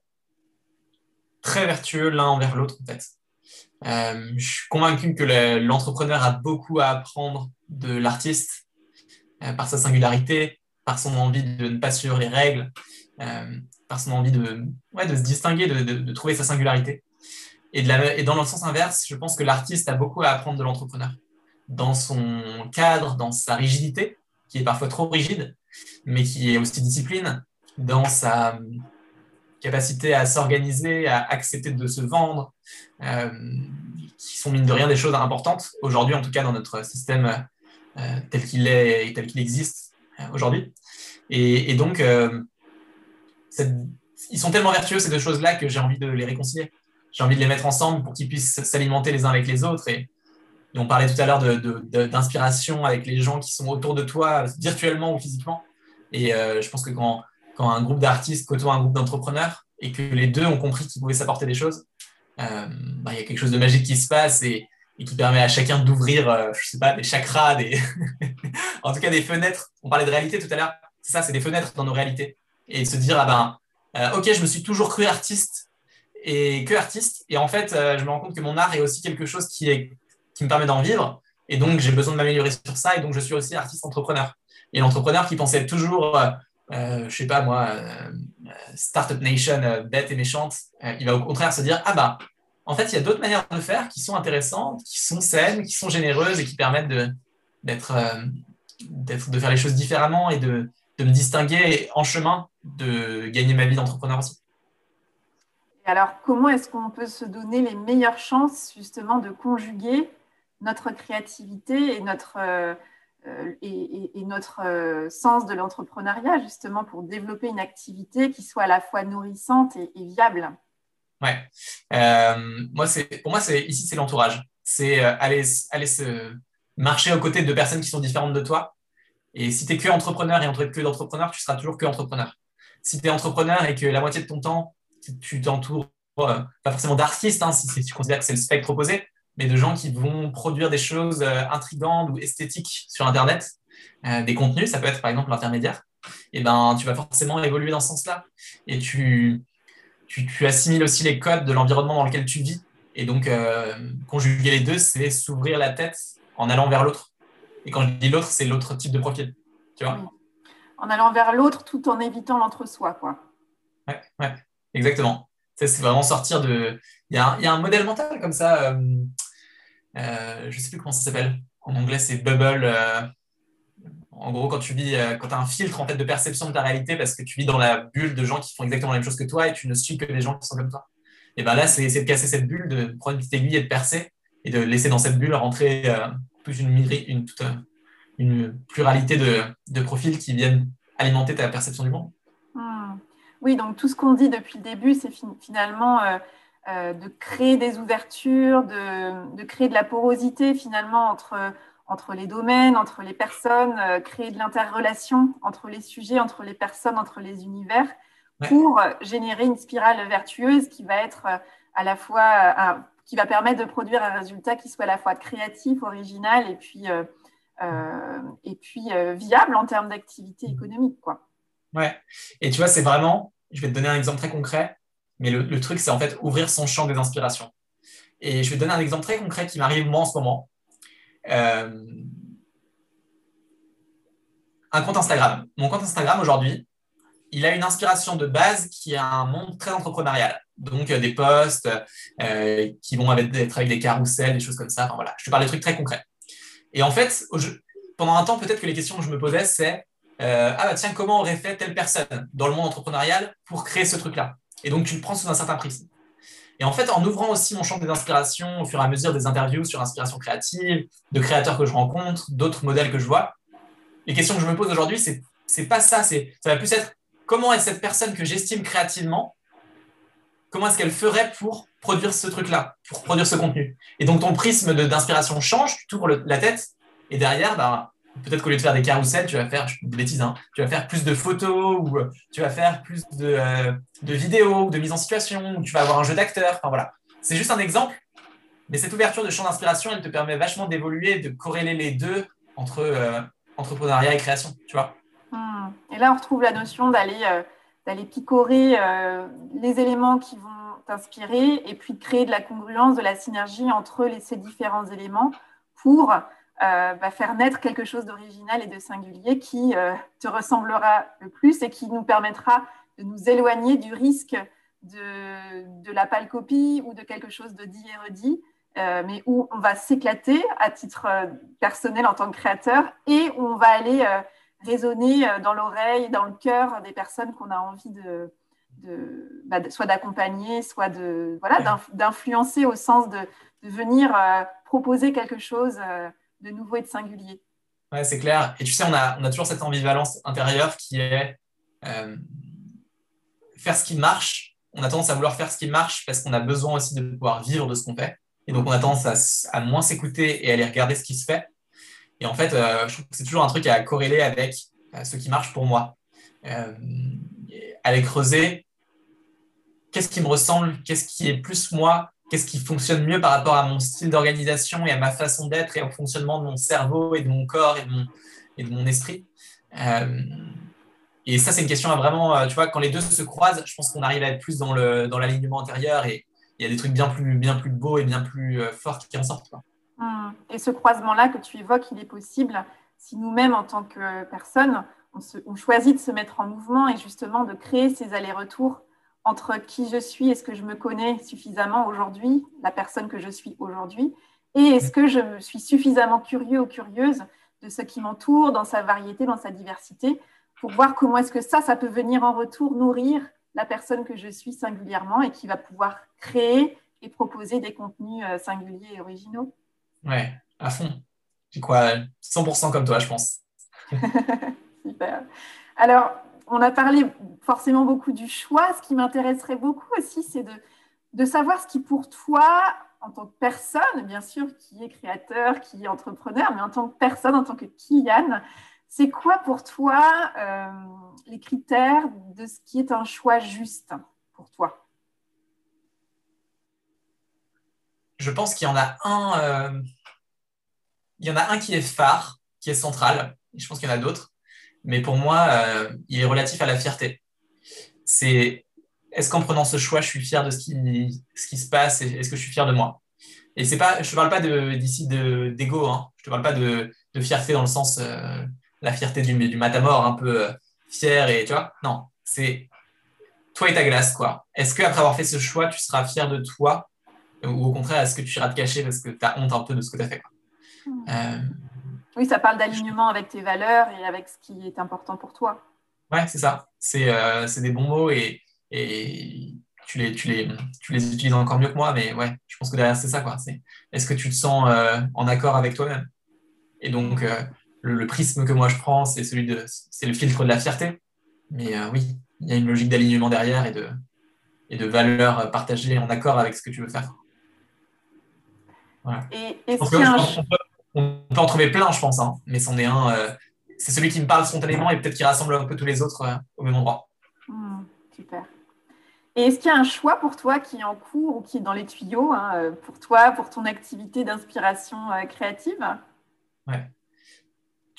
très vertueux l'un envers l'autre, en fait. Euh, je suis convaincu que le, l'entrepreneur a beaucoup à apprendre de l'artiste euh, par sa singularité, par son envie de ne pas suivre les règles, euh, par son envie de, ouais, de se distinguer, de, de, de trouver sa singularité. Et, de la, et dans le sens inverse, je pense que l'artiste a beaucoup à apprendre de l'entrepreneur, dans son cadre, dans sa rigidité, qui est parfois trop rigide, mais qui est aussi discipline, dans sa capacité à s'organiser, à accepter de se vendre, euh, qui sont mine de rien des choses importantes, aujourd'hui en tout cas dans notre système euh, tel qu'il est et tel qu'il existe euh, aujourd'hui. Et, et donc, euh, cette, ils sont tellement vertueux ces deux choses-là que j'ai envie de les réconcilier. J'ai envie de les mettre ensemble pour qu'ils puissent s'alimenter les uns avec les autres. Et, et on parlait tout à l'heure de, de, de, d'inspiration avec les gens qui sont autour de toi, virtuellement ou physiquement. Et euh, je pense que quand, quand un groupe d'artistes côtoie un groupe d'entrepreneurs et que les deux ont compris qu'ils pouvaient s'apporter des choses, euh, bah, y a quelque chose de magique qui se passe et, et qui permet à chacun d'ouvrir, euh, je sais pas, des chakras, des en tout cas des fenêtres. On parlait de réalité tout à l'heure. C'est ça, c'est des fenêtres dans nos réalités. Et de se dire, ah ben, euh, ok, je me suis toujours cru artiste et que artiste. Et en fait, euh, je me rends compte que mon art est aussi quelque chose qui, est, qui me permet d'en vivre. Et donc, j'ai besoin de m'améliorer sur ça. Et donc, je suis aussi artiste entrepreneur. Et l'entrepreneur qui pensait toujours, euh, euh, je sais pas moi, euh, Startup Nation, euh, bête et méchante, euh, il va au contraire se dire, ah bah, en fait, il y a d'autres manières de faire qui sont intéressantes, qui sont saines, qui sont généreuses et qui permettent de, d'être, euh, d'être, de faire les choses différemment et de, de me distinguer en chemin, de gagner ma vie d'entrepreneur aussi. Et alors, comment est-ce qu'on peut se donner les meilleures chances justement de conjuguer notre créativité et notre, euh, et, et, et notre euh, sens de l'entrepreneuriat justement pour développer une activité qui soit à la fois nourrissante et, et viable? Ouais. Euh, moi, c'est, pour moi, c'est, ici, c'est l'entourage. C'est euh, aller, aller se marcher aux côtés de personnes qui sont différentes de toi. Et si tu es que entrepreneur et entouré que d'entrepreneurs, tu seras toujours que entrepreneur. Si tu es entrepreneur et que la moitié de ton temps, tu t'entoures, euh, pas forcément d'artistes, hein, si, si tu considères que c'est le spectre opposé, mais de gens qui vont produire des choses euh, intrigantes ou esthétiques sur Internet, euh, des contenus, ça peut être par exemple l'intermédiaire, et ben, tu vas forcément évoluer dans ce sens-là. Et tu, tu, tu assimiles aussi les codes de l'environnement dans lequel tu vis. Et donc, euh, conjuguer les deux, c'est s'ouvrir la tête en allant vers l'autre. Et quand je dis l'autre, c'est l'autre type de profil. Tu vois? Oui. En allant vers l'autre tout en évitant l'entre-soi, quoi. Ouais, ouais, exactement. Ça, c'est vraiment sortir de. Il y a un, il y a un modèle mental comme ça. Euh, euh, je ne sais plus comment ça s'appelle. En anglais, c'est bubble. Euh, en gros, quand tu vis, euh, quand tu as un filtre en fait, de perception de ta réalité parce que tu vis dans la bulle de gens qui font exactement la même chose que toi et tu ne suis que des gens qui sont comme toi. Et bien là, c'est essayer de casser cette bulle, de prendre une petite aiguille et de percer et de laisser dans cette bulle rentrer euh, toute, une, une, toute une pluralité de, de profils qui viennent alimenter ta perception du monde. Hmm. Oui, donc tout ce qu'on dit depuis le début, c'est fin- finalement euh, euh, de créer des ouvertures, de, de créer de la porosité finalement entre, entre les domaines, entre les personnes, euh, créer de l'interrelation entre les sujets, entre les personnes, entre les univers, Ouais. pour générer une spirale vertueuse qui va être euh, à la fois, euh, un- qui va permettre de produire un résultat qui soit à la fois créatif, original et puis euh, euh, et puis euh, viable en termes d'activité économique, quoi. Ouais. Et tu vois, c'est vraiment, je vais te donner un exemple très concret, mais le, le truc, c'est en fait ouvrir son champ des inspirations. Et je vais te donner un exemple très concret qui m'arrive moi en ce moment. Euh, un compte Instagram. Mon compte Instagram aujourd'hui, il a une inspiration de base qui a un monde très entrepreneurial. Donc, euh, des posts euh, qui vont avec, être avec des carousels, des choses comme ça. Enfin, voilà, je te parle de trucs très concrets. Et en fait, je, pendant un temps, peut-être que les questions que je me posais, c'est euh, ah bah tiens, comment aurait fait telle personne dans le monde entrepreneurial pour créer ce truc-là? Et donc, tu le prends sous un certain prisme. Et en fait, en ouvrant aussi mon champ des inspirations au fur et à mesure des interviews sur inspiration créative, de créateurs que je rencontre, d'autres modèles que je vois, les questions que je me pose aujourd'hui, c'est, c'est pas ça. C'est, ça va plus être comment est cette personne que j'estime créativement, comment est-ce qu'elle ferait pour produire ce truc-là, pour produire ce contenu. Et donc, ton prisme de, d'inspiration change, tu t'ouvres le, la tête, et derrière, bah, peut-être qu'au lieu de faire des carousels, tu vas faire, je des bêtises, hein, tu vas faire plus de photos, ou euh, tu vas faire plus de, euh, de vidéos, ou de mise en situation, ou tu vas avoir un jeu d'acteur. Enfin, voilà. C'est juste un exemple, mais cette ouverture de champ d'inspiration, elle te permet vachement d'évoluer, de corréler les deux entre euh, entrepreneuriat et création, tu vois. Hmm. Et là, on retrouve la notion d'aller euh, d'aller picorer euh, les éléments qui vont t'inspirer et puis de créer de la congruence, de la synergie entre les, ces différents éléments pour euh, bah, faire naître quelque chose d'original et de singulier qui euh, te ressemblera le plus et qui nous permettra de nous éloigner du risque de, de la pâle copie ou de quelque chose de dit et redit, euh, mais où on va s'éclater à titre euh, personnel en tant que créateur et où on va aller euh, résonner dans l'oreille, dans le cœur des personnes qu'on a envie de, de, bah, de soit d'accompagner, soit de, voilà, d'influencer au sens de, de venir euh, proposer quelque chose euh, de nouveau et de singulier. Ouais, c'est clair. Et tu sais, on a, on a toujours cette ambivalence intérieure qui est euh, faire ce qui marche. On a tendance à vouloir faire ce qui marche parce qu'on a besoin aussi de pouvoir vivre de ce qu'on fait. Et donc, on a tendance à, à moins s'écouter et à aller regarder ce qui se fait. Et en fait, euh, je trouve que c'est toujours un truc à corréler avec euh, ce qui marche pour moi. Euh, aller creuser qu'est-ce qui me ressemble, qu'est-ce qui est plus moi, qu'est-ce qui fonctionne mieux par rapport à mon style d'organisation et à ma façon d'être et au fonctionnement de mon cerveau et de mon corps et de mon, et de mon esprit. Euh, et ça, c'est une question à vraiment, euh, tu vois, quand les deux se croisent, je pense qu'on arrive à être plus dans, le, dans l'alignement intérieur et il y a des trucs bien plus, bien plus beaux et bien plus euh, forts qui en sortent, quoi. Hum. Et ce croisement-là que tu évoques, il est possible si nous-mêmes, en tant que personnes, on, se, on choisit de se mettre en mouvement et justement de créer ces allers-retours entre qui je suis, est-ce que je me connais suffisamment aujourd'hui, la personne que je suis aujourd'hui, et est-ce que je suis suffisamment curieux ou curieuse de ce qui m'entoure, dans sa variété, dans sa diversité, pour voir comment est-ce que ça, ça peut venir en retour nourrir la personne que je suis singulièrement et qui va pouvoir créer et proposer des contenus singuliers et originaux. Ouais, à fond. C'est quoi, cent pour cent comme toi, je pense. Super. Alors, on a parlé forcément beaucoup du choix. Ce qui m'intéresserait beaucoup aussi, c'est de, de savoir ce qui, pour toi, en tant que personne, bien sûr, qui est créateur, qui est entrepreneur, mais en tant que personne, en tant que Kylian, c'est quoi pour toi euh, les critères de ce qui est un choix juste pour toi? Je pense qu'il y en a un, euh, il y en a un qui est phare, qui est central. Et je pense qu'il y en a d'autres. Mais pour moi, euh, il est relatif à la fierté. C'est est-ce qu'en prenant ce choix, je suis fier de ce qui, ce qui se passe et est-ce que je suis fier de moi? Et c'est pas, je ne te parle pas de, d'ici de, d'ego, hein. Je ne te parle pas de, de fierté dans le sens, euh, la fierté du, du matamor, un peu euh, fier et tu vois. Non, c'est toi et ta glace, quoi. Est-ce qu'après avoir fait ce choix, tu seras fier de toi ou au contraire, est-ce que tu iras te cacher parce que tu as honte un peu de ce que tu as fait, quoi. Euh, Oui, ça parle d'alignement avec tes valeurs et avec ce qui est important pour toi. Ouais, c'est ça. C'est euh, c'est des bons mots et, et tu, les, tu, les, tu les utilises encore mieux que moi, mais ouais, je pense que derrière, c'est ça, quoi. C'est, est-ce que tu te sens euh, en accord avec toi-même? Et donc, euh, le, le prisme que moi je prends, c'est celui de, c'est le filtre de la fierté. Mais euh, oui, il y a une logique d'alignement derrière et de, et de valeurs partagées en accord avec ce que tu veux faire. Voilà. Et Je est-ce pense qu'il y a un... qu'on peut, on peut en trouver plein, je pense, hein, mais c'en est un. Euh, c'est celui qui me parle spontanément et peut-être qui rassemble un peu tous les autres euh, au même endroit. Mmh, super. Et est-ce qu'il y a un choix pour toi qui est en cours ou qui est dans les tuyaux, hein, pour toi, pour ton activité d'inspiration euh, créative? Ouais.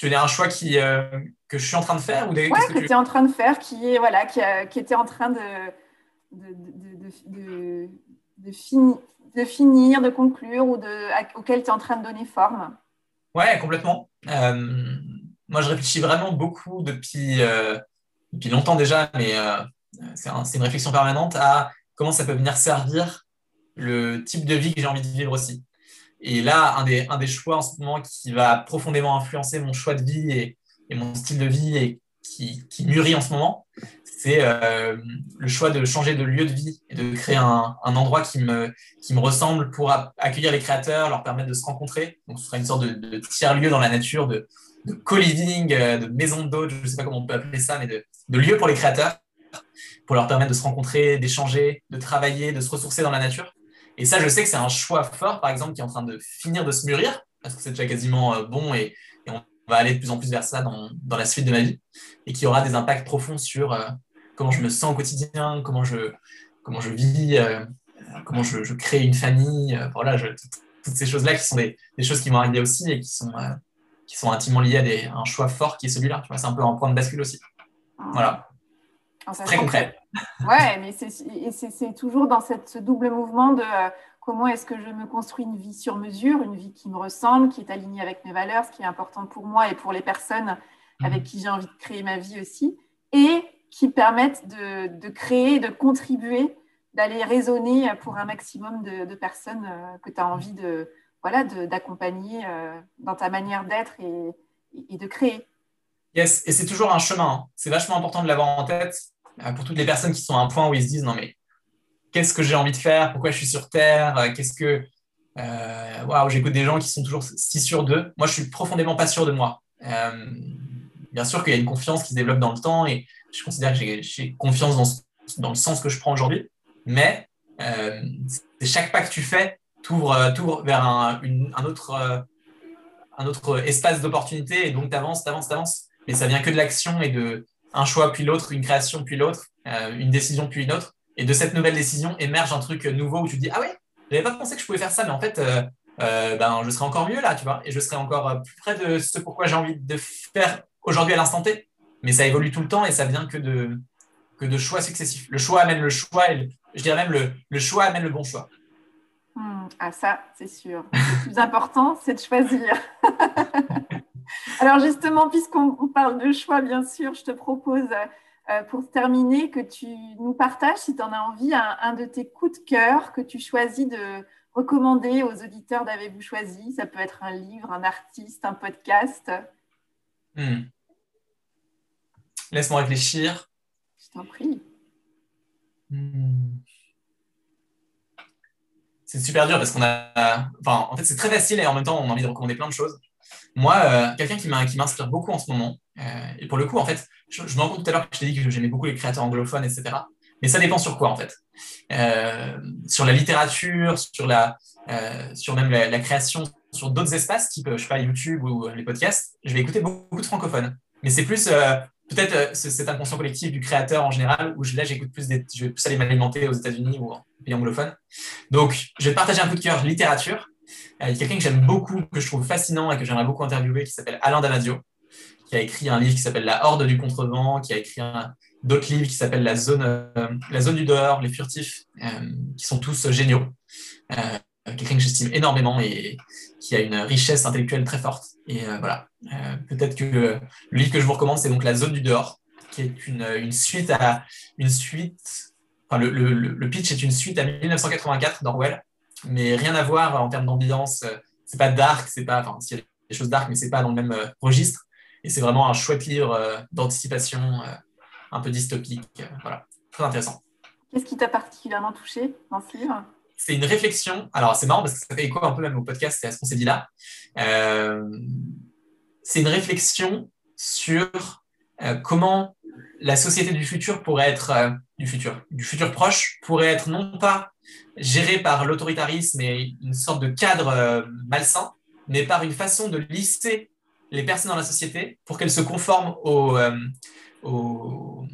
tu veux dire un choix qui, euh, que je suis en train de faire ou des, Ouais, qu'est-ce que que tu... tu es en train de faire, qui, est, voilà, qui, a, qui était en train de, de, de, de, de, de, fini, de finir, de conclure ou de, à, auquel tu es en train de donner forme. Ouais, complètement. Euh, moi, je réfléchis vraiment beaucoup depuis, euh, depuis longtemps déjà, mais euh, c'est un- c'est une réflexion permanente à comment ça peut venir servir le type de vie que j'ai envie de vivre aussi. Et là, un des, un des choix en ce moment qui va profondément influencer mon choix de vie et, et mon style de vie et qui, qui mûrit en ce moment, c'est euh, le choix de changer de lieu de vie et de créer un, un endroit qui me, qui me ressemble pour a- accueillir les créateurs, leur permettre de se rencontrer. Donc, ce sera une sorte de, de tiers-lieu dans la nature, de, de co-living, euh, de maison d'hôte, je ne sais pas comment on peut appeler ça, mais de, de lieu pour les créateurs, pour leur permettre de se rencontrer, d'échanger, de travailler, de se ressourcer dans la nature. Et ça, je sais que c'est un choix fort, par exemple, qui est en train de finir de se mûrir, parce que c'est déjà quasiment euh, bon et, et on va aller de plus en plus vers ça dans, dans la suite de ma vie, et qui aura des impacts profonds sur euh, comment je me sens au quotidien, comment je, comment je vis, euh, comment je, je crée une famille, euh, voilà, je, toutes ces choses-là qui sont des, des choses qui vont arriver aussi et qui sont, euh, qui sont intimement liées à, des, à un choix fort qui est celui-là. Tu vois, c'est un peu un point de bascule aussi. Voilà. En C'est très sachant que concret. ouais, mais c'est, et c'est, c'est toujours dans cette, ce double mouvement de euh, comment est-ce que je me construis une vie sur mesure, une vie qui me ressemble, qui est alignée avec mes valeurs, ce qui est important pour moi et pour les personnes avec qui j'ai envie de créer ma vie aussi, et qui permettent de, de créer, de contribuer, d'aller raisonner pour un maximum de, de personnes euh, que tu as envie de, voilà, de, d'accompagner euh, dans ta manière d'être et, et de créer. Yes, et c'est toujours un chemin. Hein. C'est vachement important de l'avoir en tête euh, pour toutes les personnes qui sont à un point où ils se disent non mais qu'est-ce que j'ai envie de faire? Pourquoi je suis sur Terre? Euh, Qu'est-ce que euh, waouh, j'écoute des gens qui sont toujours si sûrs d'eux. Moi, je suis profondément pas sûr de moi. Euh, bien sûr qu'il y a une confiance qui se développe dans le temps et je considère que j'ai, j'ai confiance dans, ce- dans le sens que je prends aujourd'hui. Mais euh, c'est chaque pas que tu fais t'ouvre, euh, t'ouvre vers un, une- un autre, euh, un autre espace d'opportunité et donc tu avances, tu avances, tu avances. Mais ça vient que de l'action et de un choix puis l'autre, une création puis l'autre, euh, une décision puis une autre. Et de cette nouvelle décision émerge un truc nouveau où tu te dis ah ouais, j'avais pas pensé que je pouvais faire ça, mais en fait, euh, euh, ben, je serais encore mieux là, tu vois, et je serais encore plus près de ce pourquoi j'ai envie de faire aujourd'hui à l'instant T. Mais ça évolue tout le temps et ça vient que de, que de choix successifs. Le choix amène le choix et le, je dirais même le, le choix amène le bon choix. Hmm, ah ça, c'est sûr. Le plus important, c'est de choisir. Alors justement, puisqu'on parle de choix, bien sûr, je te propose, euh, pour terminer, que tu nous partages, si tu en as envie, un, un de tes coups de cœur que tu choisis de recommander aux auditeurs d'Avez-vous choisi. Ça peut être un livre, un artiste, un podcast. Hmm. Laisse-moi réfléchir. Je t'en prie. Hmm. C'est super dur parce qu'on a. Enfin, en fait, c'est très facile et en même temps, on a envie de recommander plein de choses. Moi, euh, quelqu'un qui m'a- qui m'inspire beaucoup en ce moment, euh, et pour le coup, en fait, je, je me rends compte tout à l'heure que je t'ai dit que j'aimais beaucoup les créateurs anglophones, et cetera. Mais ça dépend sur quoi, en fait. Euh, sur la littérature, sur, la, euh, sur même la, la création, sur d'autres espaces, type, je sais pas, YouTube ou les podcasts, je vais écouter beaucoup, beaucoup de francophones. Mais c'est plus euh, peut-être euh, ce- cet inconscient collectif du créateur en général, où je, là, j'écoute plus des, je vais plus aller m'alimenter aux États-Unis ou en pays anglophones. Donc, je vais te partager un coup de cœur littérature. Euh, il y a quelqu'un que j'aime beaucoup, que je trouve fascinant et que j'aimerais beaucoup interviewer, qui s'appelle Alain Damasio, qui a écrit un livre qui s'appelle La Horde du Contrevent, qui a écrit un, d'autres livres qui s'appellent La Zone, euh, La Zone du Dehors, Les Furtifs, euh, qui sont tous géniaux. Euh, quelqu'un que j'estime énormément et qui a une richesse intellectuelle très forte. Et euh, voilà, euh, peut-être que le livre que je vous recommande, c'est donc La Zone du Dehors, qui est une, une suite à une suite. Enfin, le, le, le pitch est une suite à mille neuf cent quatre-vingt-quatre d'Orwell, mais rien à voir en termes d'ambiance. C'est pas dark, c'est pas. Enfin, il y a des choses dark, mais c'est pas dans le même euh, registre. Et c'est vraiment un chouette livre euh, d'anticipation, euh, un peu dystopique. Euh, voilà, très intéressant. Qu'est-ce qui t'a particulièrement touché dans ce livre? C'est une réflexion. Alors, c'est marrant parce que ça fait écho un peu même au podcast et à ce qu'on s'est dit là. Euh, c'est une réflexion sur euh, comment la société du futur pourrait être, euh, du futur, du futur proche, pourrait être non pas gérée par l'autoritarisme et une sorte de cadre euh, malsain, mais par une façon de lisser les personnes dans la société pour qu'elles se conforment aux, euh, aux,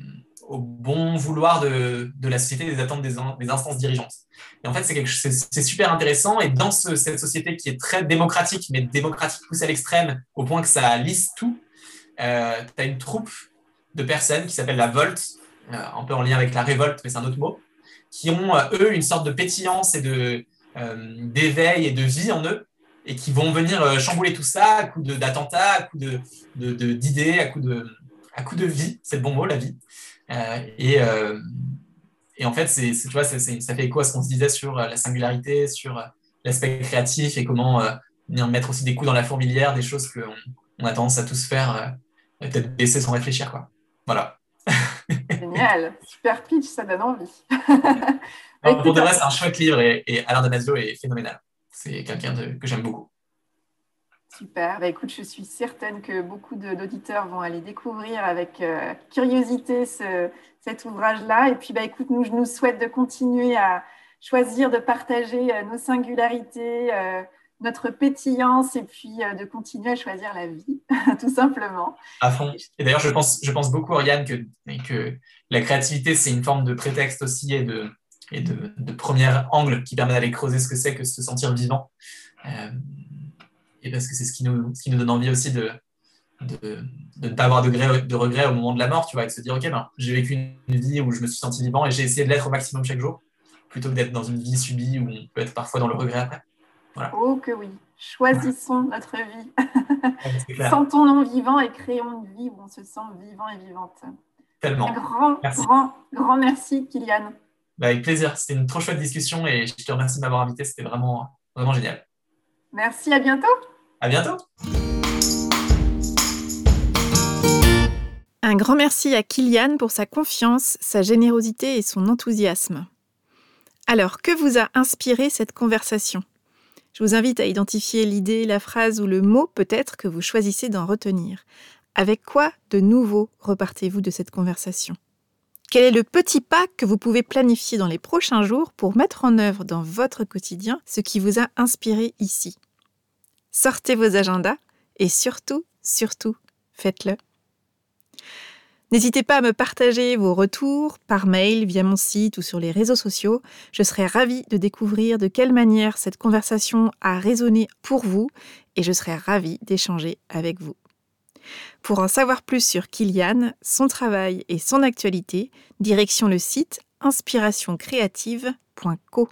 au bon vouloir de, de la société, des attentes des, des instances dirigeantes. Et en fait, c'est, quelque, c'est, c'est super intéressant. Et dans ce, cette société qui est très démocratique, mais démocratique poussée à l'extrême, au point que ça lisse tout, euh, tu as une troupe de personnes qui s'appelle la Volt, euh, un peu en lien avec la révolte, mais c'est un autre mot, qui ont, euh, eux, une sorte de pétillance et de, euh, d'éveil et de vie en eux, et qui vont venir euh, chambouler tout ça à coups de, d'attentats, à coups de, de, de, d'idées, à coups de, à coups de vie, c'est le bon mot, la vie. Euh, et, euh, et en fait, c'est, c'est, tu vois, c'est, c'est, ça fait écho à ce qu'on se disait sur la singularité, sur l'aspect créatif et comment euh, venir mettre aussi des coups dans la fourmilière, des choses qu'on on a tendance à tous faire, euh, peut-être baisser sans réfléchir, quoi. Voilà. Génial, super pitch, ça donne envie. Non, pour de vrai, c'est un chouette livre et, et Alain Damasio est phénoménal. C'est quelqu'un de, que j'aime beaucoup. Super. Bah, écoute, je suis certaine que beaucoup de, d'auditeurs vont aller découvrir avec euh, curiosité ce, cet ouvrage-là. Et puis, bah, écoute, nous, je nous souhaite de continuer à choisir, de partager euh, nos singularités, euh, notre pétillance et puis euh, de continuer à choisir la vie, tout simplement. À fond. Et d'ailleurs, je pense, je pense beaucoup, Oriane, que, que la créativité, c'est une forme de prétexte aussi et de, et de, de premier angle qui permet d'aller creuser ce que c'est que se sentir vivant. Euh, et parce que c'est ce qui nous, ce qui nous donne envie aussi de, de, de ne pas avoir de, gré, de regrets au moment de la mort, tu vois, et de se dire, OK, ben, j'ai vécu une vie où je me suis senti vivant et j'ai essayé de l'être au maximum chaque jour, plutôt que d'être dans une vie subie où on peut être parfois dans le regret après. Voilà. Oh que oui, choisissons notre vie. Sentons-nous vivants et créons une vie où on se sent vivant et vivante. Tellement. Un grand, merci. grand, grand merci, Kylian. Bah, avec plaisir, c'était une trop chouette discussion et je te remercie de m'avoir invité, c'était vraiment, vraiment génial. Merci, à bientôt. À bientôt. Un grand merci à Kylian pour sa confiance, sa générosité et son enthousiasme. Alors, que vous a inspiré cette conversation ? Je vous invite à identifier l'idée, la phrase ou le mot peut-être que vous choisissez d'en retenir. Avec quoi de nouveau repartez-vous de cette conversation ? Quel est le petit pas que vous pouvez planifier dans les prochains jours pour mettre en œuvre dans votre quotidien ce qui vous a inspiré ici ? Sortez vos agendas et surtout, surtout, faites-le. N'hésitez pas à me partager vos retours par mail, via mon site ou sur les réseaux sociaux. Je serai ravie de découvrir de quelle manière cette conversation a résonné pour vous et je serai ravie d'échanger avec vous. Pour en savoir plus sur Kylian, son travail et son actualité, direction le site inspiration créative point co.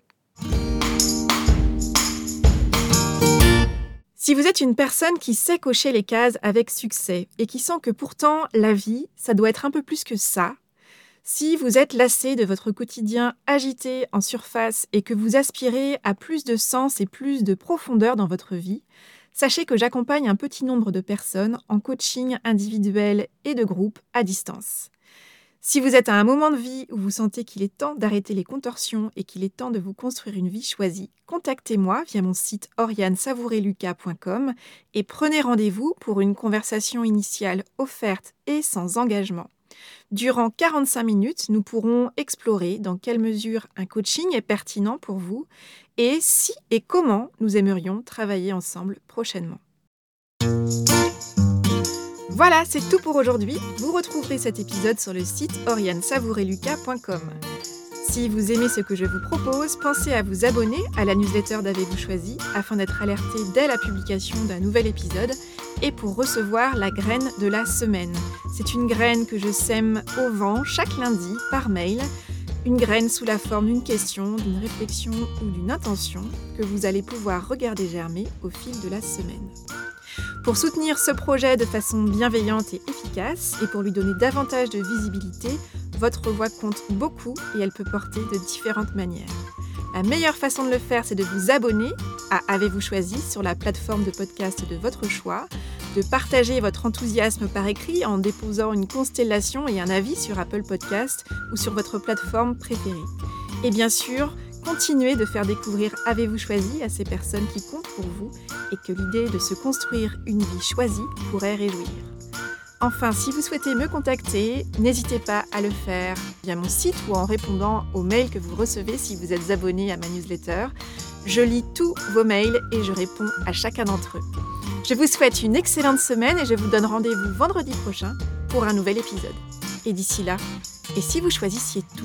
Si vous êtes une personne qui sait cocher les cases avec succès et qui sent que pourtant la vie, ça doit être un peu plus que ça, si vous êtes lassé de votre quotidien agité en surface et que vous aspirez à plus de sens et plus de profondeur dans votre vie, sachez que j'accompagne un petit nombre de personnes en coaching individuel et de groupe à distance. Si vous êtes à un moment de vie où vous sentez qu'il est temps d'arrêter les contorsions et qu'il est temps de vous construire une vie choisie, contactez-moi via mon site oriane savouré lucas point com et prenez rendez-vous pour une conversation initiale offerte et sans engagement. Durant quarante-cinq minutes, nous pourrons explorer dans quelle mesure un coaching est pertinent pour vous et si et comment nous aimerions travailler ensemble prochainement. Voilà, c'est tout pour aujourd'hui. Vous retrouverez cet épisode sur le site oriane savouré lucas point com. Si vous aimez ce que je vous propose, pensez à vous abonner à la newsletter d'Avez-vous choisi afin d'être alerté dès la publication d'un nouvel épisode et pour recevoir la graine de la semaine. C'est une graine que je sème au vent chaque lundi par mail. Une graine sous la forme d'une question, d'une réflexion ou d'une intention que vous allez pouvoir regarder germer au fil de la semaine. Pour soutenir ce projet de façon bienveillante et efficace et pour lui donner davantage de visibilité, votre voix compte beaucoup et elle peut porter de différentes manières. La meilleure façon de le faire, c'est de vous abonner à Avez-vous choisi sur la plateforme de podcast de votre choix, de partager votre enthousiasme par écrit en déposant une constellation et un avis sur Apple Podcast ou sur votre plateforme préférée. Et bien sûr, continuez de faire découvrir Avez-vous choisi à ces personnes qui comptent pour vous et que l'idée de se construire une vie choisie pourrait réjouir. Enfin, si vous souhaitez me contacter, n'hésitez pas à le faire via mon site ou en répondant aux mails que vous recevez si vous êtes abonné à ma newsletter. Je lis tous vos mails et je réponds à chacun d'entre eux. Je vous souhaite une excellente semaine et je vous donne rendez-vous vendredi prochain pour un nouvel épisode. Et d'ici là, Et si vous choisissiez tout ?